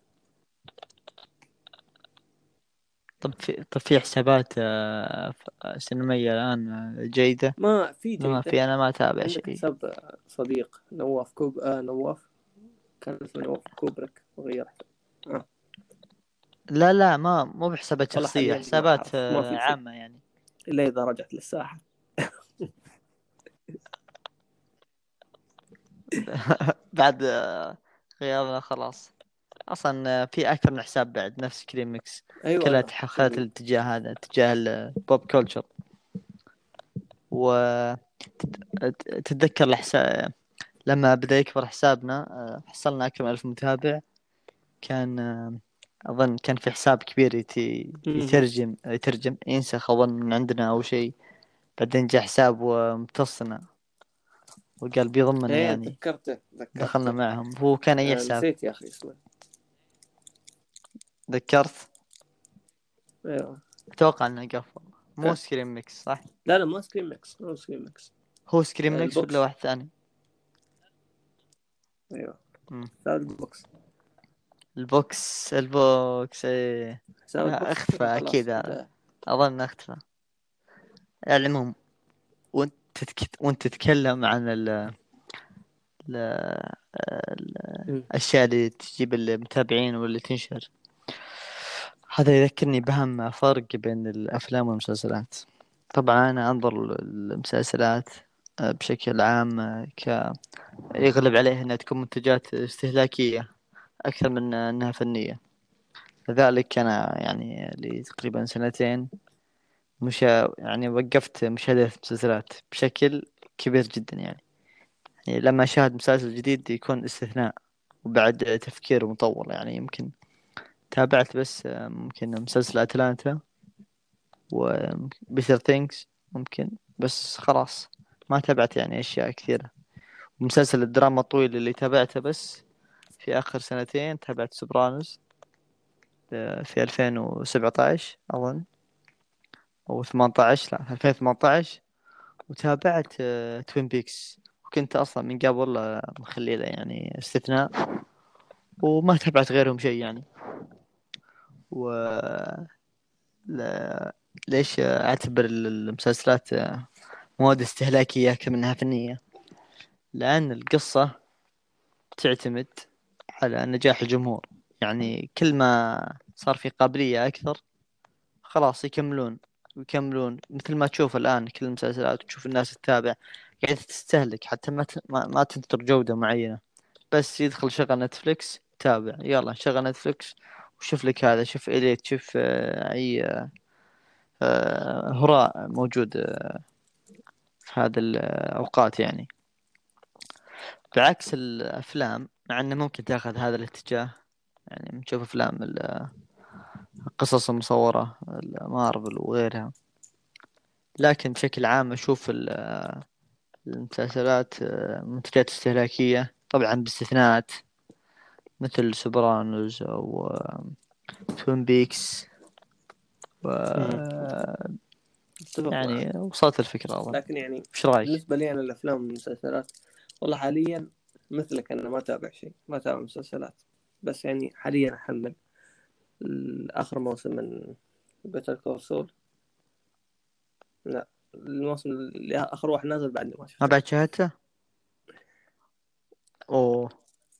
طب في طب في حسابات آه، ف- سينمائية الآن آه، جيدة؟ ما في لا ما جيدة. في، أنا ما أتابع عندك شيء. حساب صديق نواف كوب آه نواف كانت من وقت كوبريك وغير آه. لا لا ما مو بحسابات والله شخصية، حالياً ما حسابات أعرف، ما في آه، شيء. عامة يعني. إلا إذا رجعت للساحة. بعد آه، غيابنا خلاص. أصلا آه، في أكثر من حساب بعد نفس كريمكس، أيوة كلها أيوة. تحخلت الاتجاه هذا، اتجاه البوب كولتشر. وتتذكر الحساب لما بدأ يكبر حسابنا، آه، حصلنا أكثر من ألف متابع. كان آه، أظن كان في حساب كبير يتي مم. يترجم يترجم ينسخ أظن من عندنا أو شيء. بعدين جاء حساب وامتصنا وقال بيضمنا إيه يعني، تذكرته دخلنا تذكرته. معهم. هو كان أي آه حساب؟ نسيت يا أخي اسمه. ذكرت. أيوة. أتوقع أنه قفل. مو كان. سكريم ميكس صح؟ لا لا ما سكرين ميكس، مو سكرين ميكس. هو سكريم آه ميكس ولا البوكس. واحد ثاني؟ أيوة. مم. حساب البوكس. البوكس البوكس ايه. حساب لا، البوكس اختفى انتهى اكيد خلاص هذا. انتهى. اظن اختفى. على العموم، وانت تتك... وانت تتكلم عن ال... ال... ال- مم. الاشياء اللي تجيب المتابعين واللي تنشر، هذا يذكرني بهم فرق بين الافلام والمسلسلات. طبعا انا انظر المسلسلات آه، بشكل عام آه، ك يغلب عليه انها تكون منتجات استهلاكية اكثر من انها فنية. لذلك انا يعني لي تقريبا سنتين مش يعني وقفت مشاهدة مسلسلات بشكل كبير جدا يعني. يعني لما أشاهد مسلسل جديد يكون استثناء وبعد تفكير مطول. يعني يمكن تابعت بس آه، ممكن مسلسل أتلانتا وبيتر ثينكس ممكن، بس خلاص ما تابعت يعني أشياء كثيرة. مسلسل الدراما الطويل اللي تابعته بس في آخر سنتين تابعت سوبرانوس آه، في ألفين وسبعة عشر أظن أو ثمانية عشر، لا ألفين وثمانية عشر. وتابعت توين بيكس، وكنت أصلا من قبل آه، مخلي له يعني استثناء، وما تابعت غيرهم شيء يعني. و لا- ليش أعتبر المسلسلات آه، مواد استهلاكية أكثر منها فنية؟ لأن القصة تعتمد على نجاح الجمهور. يعني كل ما صار في قابلية أكثر خلاص يكملون ويكملون. مثل ما تشوف الآن كل المسلسلات وتشوف الناس تتابع، قاعدة تستهلك حتى ما ت- ما, ما تنتظر جودة معينة. بس يدخل شغل نتفليكس تابع، يلا شغل نتفليكس وشوف لك هذا، شوف إليت، شوف آه، أي آه، هراء موجود آه، في هذه الأوقات يعني. بعكس الأفلام، مع أنه ممكن تاخذ هذا الاتجاه، يعني نشوف أفلام ال- القصص المصورة مارفل وغيرها. لكن بشكل عام أشوف ال- المسلسلات آه، منتجات استهلاكية طبعا باستثناءات مثل سوبرانوز أو توين بيكس و مم. اتفق معك. يعني وصلت الفكرة أظن. لكن يعني وش رأيك؟ بالنسبة لي أنا الأفلام والمسلسلات، والله حاليا مثلك أنا ما أتابع شيء، ما أتابع مسلسلات. بس يعني حاليا أحمل آخر موسم من بيتر كول سول. لا، الموسم اللي آخر واحد نازل بعد ما ما شفته. بعد شاهدته؟ أوه.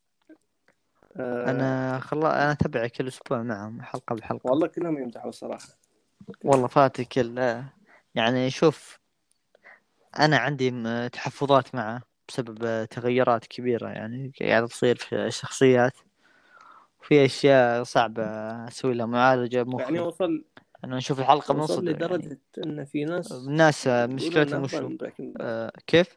آه أنا خلا أنا أتابع كل أسبوع معهم حلقة بحلقة. والله كلهم يمدحوا الصراحة. والله فاتي كل يعني. شوف، أنا عندي م- تحفظات معه بسبب تغيرات كبيرة يعني قاعدة تصير في الشخصيات، وفي أشياء صعبة أسوي لها معالجة يعني بمخي. وصل أنا نشوف الحلقة وصل منصدم يعني. لدرجة إن في ناس الناس آه، يقولون إنه مشكلتهم أفضل وشو؟ من بريكنج باد. آه كيف؟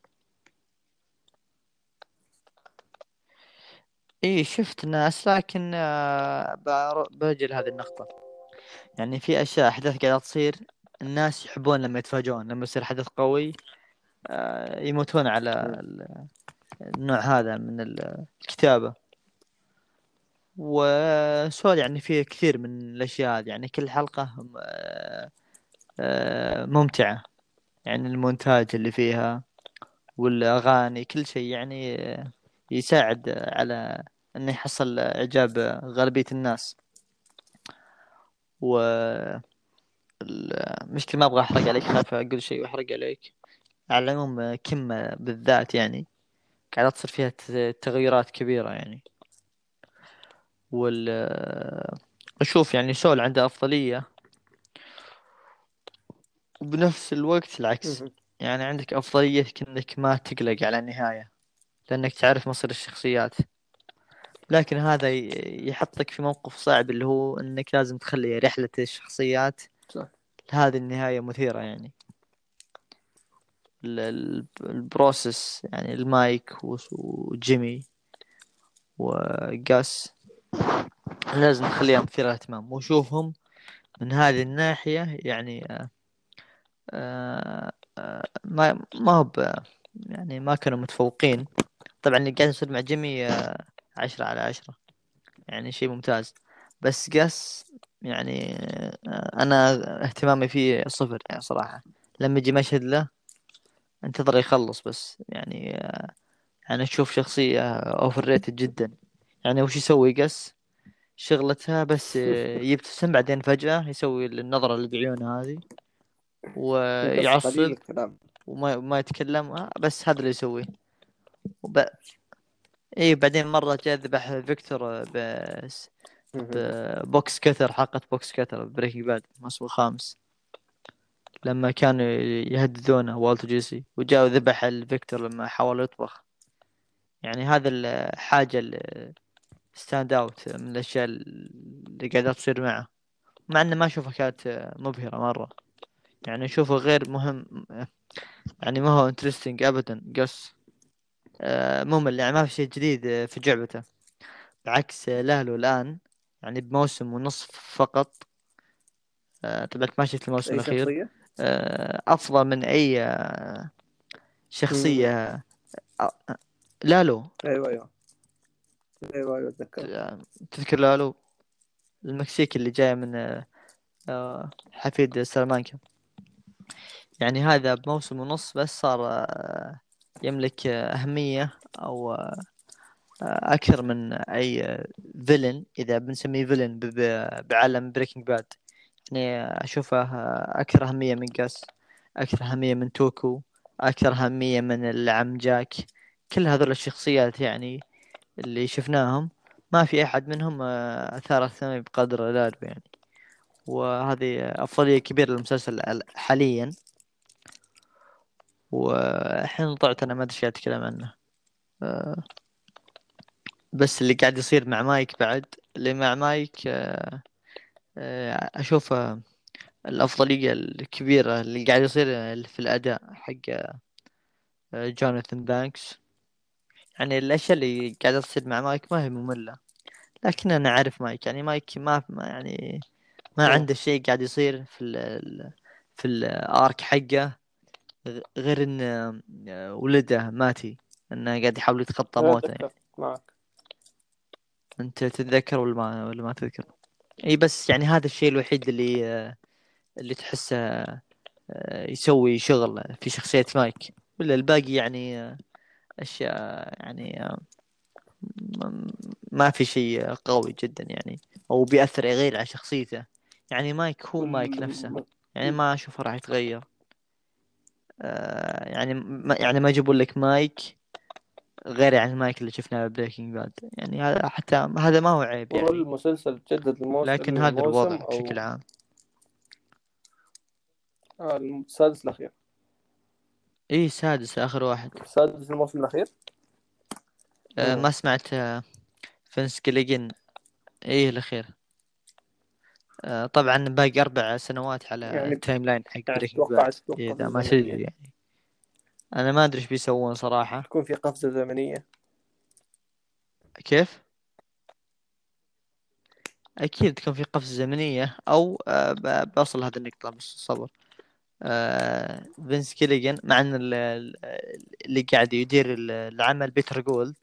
إيه شفت ناس، لكن آه بر- برجل هذه النقطة. يعني في أشياء أحداث قاعدة تصير، الناس يحبون لما يتفاجئون لما يصير حدث قوي آه يموتون على ال- النوع هذا من ال- الكتابة. وسؤال يعني فيه كثير من الأشياء هذه، يعني كل حلقة آه، آه، ممتعة. يعني المونتاج اللي فيها والأغاني كل شيء يعني آه، يساعد على أنه يحصل إعجاب غالبية الناس. والمشكلة ما أبغى أحرق عليك، خايف أقول شيء وأحرق عليك. على العموم آه، كم بالذات يعني قاعدة تصير فيها ت- تغيرات كبيرة يعني. وال أشوف يعني سول عنده أفضلية، وبنفس الوقت العكس. مهم. يعني عندك أفضلية إنك ما تقلق على النهاية، لأنك تعرف مصير الشخصيات. لكن هذا ي- يحطك في موقف صعب، اللي هو إنك لازم تخلي رحلة الشخصيات صح. لهذه النهاية مثيرة يعني. ال- ال- البروسس يعني المايك وس- وجيمي وجاس لازم نخليها مثيرة للاهتمام وشوفهم من هذه الناحية يعني. آه، آه، ما ما هو ب- يعني ما كانوا متفوقين. طبعا اللي قاعد يصير مع جيمي آه، عشرة على عشرة، يعني شيء ممتاز. بس قاس يعني آه، أنا اهتمامي فيه صفر يعني صراحة. لما يجي مشهد له انتظر يخلص بس يعني. يعني أشوف شخصية أوفر ريتد جدا. يعني وش يسوي قاس؟ شغلتها بس آه، يبتسم، بعدين فجأة يسوي النظرة اللي بعيونه هذه قص قليل ويعصب الكلام. وما ما يتكلم. آه، بس هذا اللي يسويه. وب... ايه بعدين مرة جاء ذبح فيكتور بس مهم. ببوكس كتر، حلقة بوكس كتر بريكنج باد الموسم الخامس، لما كانوا يهددونه والتو جيسي، وجاء وذبح الفيكتور لما حاول يطبخ. يعني هذا الحاجة اللي ستاند اوت من الاشياء اللي قاعدة تصير معه، مع انه ما اشوفها كانت مبهرة مرة. يعني اشوفه غير مهم، يعني ما هو انترستنج ابدا. قص آه، ممل يعني، ما في شيء جديد آه، في جعبته. بعكس آه، لاهلو الان يعني بموسم ونصف فقط. آه، طبعا ما شفت الموسم أي الاخير. شخصية؟ آه، افضل من اي آه، مهم. شخصية. آه، لالو. أيوه أيوه أيوه أيوه أتذكر. آه، تذكر لالو المكسيكي اللي جاي من آه، آه، حفيد سلامانكا. يعني هذا بموسم ونص بس صار آه، يملك آه، أهمية، أو آه، أكثر من أي فيلن، إذا بنسميه فيلن ب- ب- بعالم بريكنج باد. يعني أشوفه آه، أكثر أهمية من جاس، أكثر أهمية من توكو، أكثر أهمية من العم جاك. كل هذول الشخصيات يعني اللي شفناهم، ما في أحد منهم آه، أثار اهتمامي بقدر لالو يعني. وهذه أفضلية كبيرة للمسلسل حاليا. والحين طلعت أنا ما أدري شو أتكلم عنه. آه، بس اللي قاعد يصير مع مايك، بعد اللي مع مايك آه، آه، أشوف آه، الأفضلية الكبيرة اللي قاعد يصير آه، في الأداء حق آه، جوناثان بانكس. يعني الأشياء اللي قاعدة تصير مع مايك ما هي مملة، لكن أنا أعرف مايك. يعني مايك ما ما- يعني ما مم. عنده شيء قاعد يصير في ال ال- في الآرك حقه، غ- غير إن آه، ولده ماتي، إنه قاعد يحاول يتخطى أنا موته أتذكر يعني. معك. أنت تتذكر ولا ما ولا ما تذكر؟ اي بس يعني هذا الشيء الوحيد اللي آه، اللي تحسه آه، يسوي شغل في شخصية مايك، ولا الباقي يعني آه، أشياء يعني آه، م- ما في شيء قوي جدا يعني، أو بيأثر غير على شخصيته. يعني مايك هو مايك نفسه، وال... يعني ما أشوفه راح يتغير. آه، يعني ما يعني ما يجيبوا لك مايك غير عن المايك اللي شفناه بريكنج باد. يعني هذا حتى هذا ما هو عيب يعني، والمسلسل تجدد الموس... لكن هذا الوضع الموسم بشكل أو عام. آه السادس الأخير. ايه سادس آخر واحد. السادس الموسم الأخير. آه، مم. ما سمعت آه، فينس جيليجن. ايه الاخير. آه طبعا باقي اربع سنوات على يعني التايم لاين حق يعني بريكنج تتوقع باد، تكون اذا قفزة ما تدري زمنية. يعني. انا ما ادري ايش بيسوون صراحة. تكون في قفزة زمنية. كيف؟ اكيد تكون في قفزة زمنية، او آه ب- بوصل هذه النقطة بس صبر. آه فينس جيليجن، مع ان ال- ال- اللي قاعد يدير ال- العمل بيتر جولد.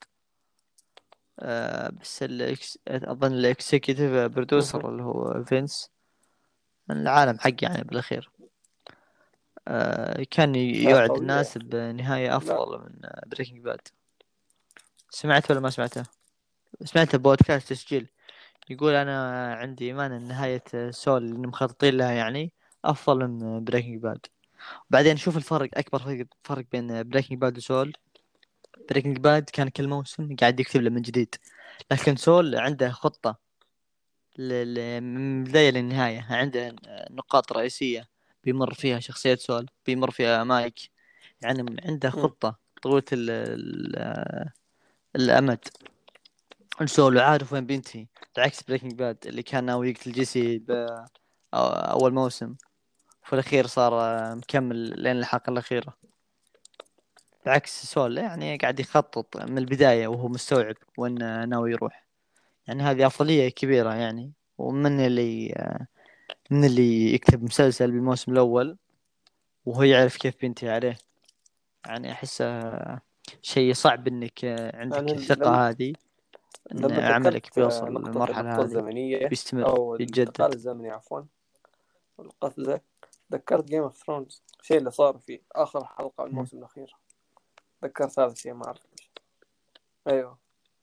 آه بس الإكس... اظن الاكسيكتيف مهم. برودوسر اللي هو فينس، العالم حق يعني بالاخير. آه، كان لا يوعد قوية يا الناس أخي. بنهاية لا. أفضل من بريكنج باد. سمعت ولا ما سمعته؟ سمعت بودكاست تسجيل يقول أنا عندي إيمان أن نهاية سول اللي مخططين لها يعني أفضل من بريكنج باد. بعدين شوف الفرق، أكبر فرق فرق بين بريكنج باد وسول. بريكنج باد كان كل موسم قاعد يكتب له من جديد، لكن سول عنده خطة ل- ل- من البداية للنهاية. عنده نقاط رئيسية بيمر فيها شخصية سول، بيمر فيها مايك، يعني عنده مم. خطة طويلة ال- ال- الأمد. سول عارف وين بينتهي، بعكس بريكنج باد اللي كان ناوي يقتل جيسي بأول موسم، في الأخير صار مكمل لين الحلقة الأخيرة. بعكس سول يعني قاعد يخطط من البداية وهو مستوعب وين ناوي يروح. يعني هذه أفضلية كبيرة يعني. ومن اللي من اللي يكتب مسلسل بالموسم الأول وهو يعرف كيف بينتهي عليه، يعني أحسه شيء صعب إنك عندك يعني لم... الثقة هذه إن لما عملك ذكرت بيوصل آه، نقطة للمرحلة النقطة هذه الزمنية وبيستمر أو يتجدد. الانتقال الزمني عفوا، القفزة، ذكرت جيم اوف ثرونز، الشيء اللي صار في آخر حلقة من م. الموسم الأخير. ذكرت هذا الشيء، ما أعرف ليش. أيوه.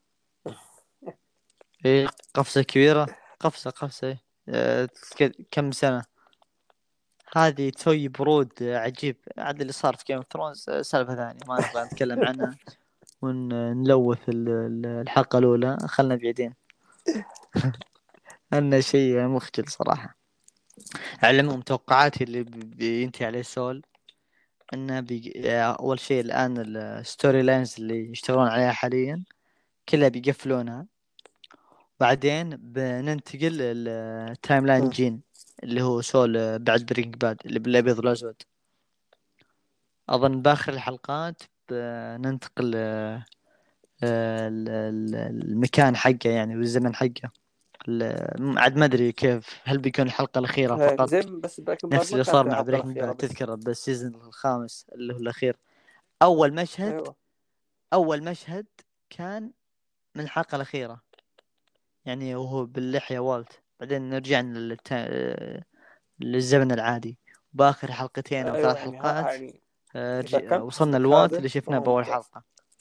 إيه قفزة كبيرة، قفزة قفزة إيه. أه ك- كم سنة هذه تسوي برود عجيب. عاد اللي صار في جيم اوف ثرونز سالفة ثانية ما نبغى نتكلم عنها ونلوث ال- ال- الحلقة الأولى، خلنا بعيدين. أنه شيء مخجل صراحة. على العموم توقعاتي اللي بي- بينتهي عليه سول انه بي... اول شيء الان الستوري لاينز اللي يشتغلون عليها حاليا كلها بيقفلونها، بعدين بننتقل التايم لاين مم. جين اللي هو سول بعد برينج باد اللي بالابيض والاسود. اظن باخر الحلقات بننتقل آه، ال- ال- المكان حقه يعني والزمن حقه. ال- عاد ما ادري كيف، هل بيكون الحلقة الأخيرة إيه، فقط زي بس بريكنج باد نفس ما اللي كان صار في مع الحلقة بريكنج الأخيرة باد؟ بس. تذكر بالسيزون الخامس اللي هو الأخير، أول مشهد أيوه. أول مشهد كان من الحلقة الأخيرة يعني وهو باللحية والت، بعدين رجعنا للت... للزمن العادي. بآخر حلقتين أو ثلاث أيوه يعني ها حلقات يعني آه، إذا رج... كان وصلنا قصدك لوالت هذا اللي شفناه فهو بأول ممتاز. حلقة.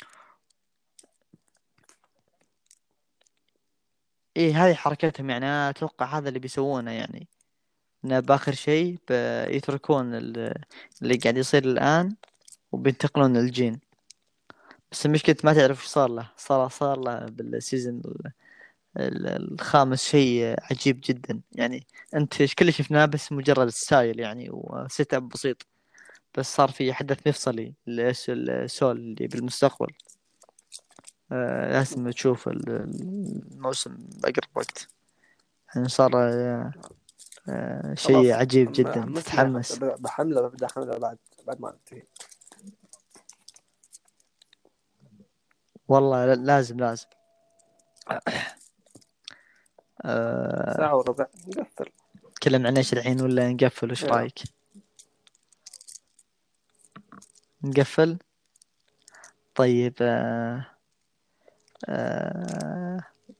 إيه هذه حركتهم يعني. أنا أتوقع هذا اللي بيسوونه يعني، إن بآخر شيء بيتركون ال- اللي قاعد يصير الآن وبينتقلون للجين. بس المشكلة ما تعرف ايش صار له. صار صار له بالسيزون ال- الخامس شيء عجيب جدا يعني. انت ايش كل اللي شفناه بس مجرد ستايل يعني وسيت اب بسيط، بس صار في حدث مفصلي لإيش السول اللي بالمستقبل. آه لازم تشوف ال- الموسم بأقرب وقت يعني. صار آه آه شيء خلاص عجيب أما جدا حمسني، حتى تتحمس. ب- بحمله ببدأ حمله بعد بعد ما انتهي. والله لا- لازم لازم آه. ساعة وربع نقفل. نتكلم عن ايش الحين ولا نقفل؟ وش أيوه. رايك؟ نقفل طيب. آه آه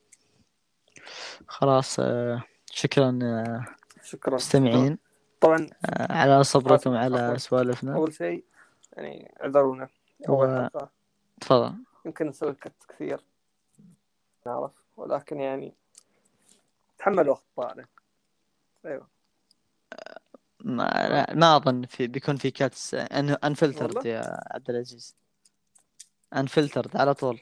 خلاص. آه شكرا آه شكرا شكرا. مستمعين طبعا آه على صبركم آسف على عفوا. سوالفنا. أول شيء يعني اعذرونا، أول وتفضل. حلقة يمكن نسوي كت كثير نعرف، ولكن يعني تحملوا أخطائنا. أيوه. ما, تمام لا ما أظن في بيكون في كاتس انفلترد والله. يا عبد العزيز. انفلترد على طول.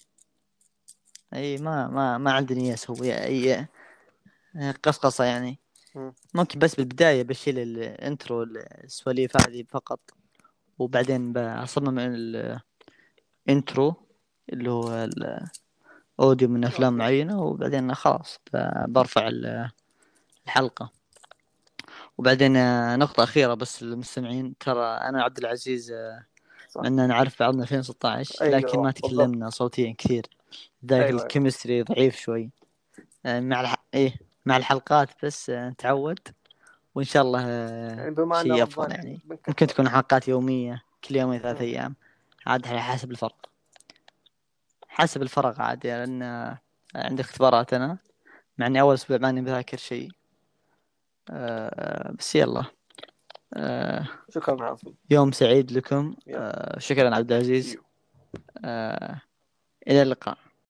اي ما ما ما عندي نية اسوي اي قصقصة يعني. مم. ممكن بس بالبداية بشيل الانترو السواليف هذه فقط، وبعدين بصمم الانترو اللي هو الاوديو من افلام أوكي. معينة، وبعدين خلاص ب- برفع الحلقة. وبعدين آه، نقطة أخيرة بس للمستمعين، ترى أنا عبد العزيز آه، صح. مع أننا نعرف بعضنا ألفين وستة عشر لكن ما أيوه بالضبط. تكلمنا صوتيا كثير، ذاك أيوه أيوه. الكيمستري ضعيف شوي. آه، مع الح... إيه مع الحلقات بس آه، نتعود، وإن شاء الله آه، يعني بما أن شيء أفضل رمضان يعني يعني. ممكن بنكثر. تكون حلقات يومية كل يومين ثلاثة مم. أيام، عاد على حسب الفرق، حسب الفرق عاد يعني. لأن آه، عندي اختبارات أنا، مع إني أول أسبوع ماني بذاكر شيء. آه، بس يلا. آه، شكرا عاصم. يوم سعيد لكم. يلا آه، شكرا عبد see العزيز. you. آه، إلى اللقاء.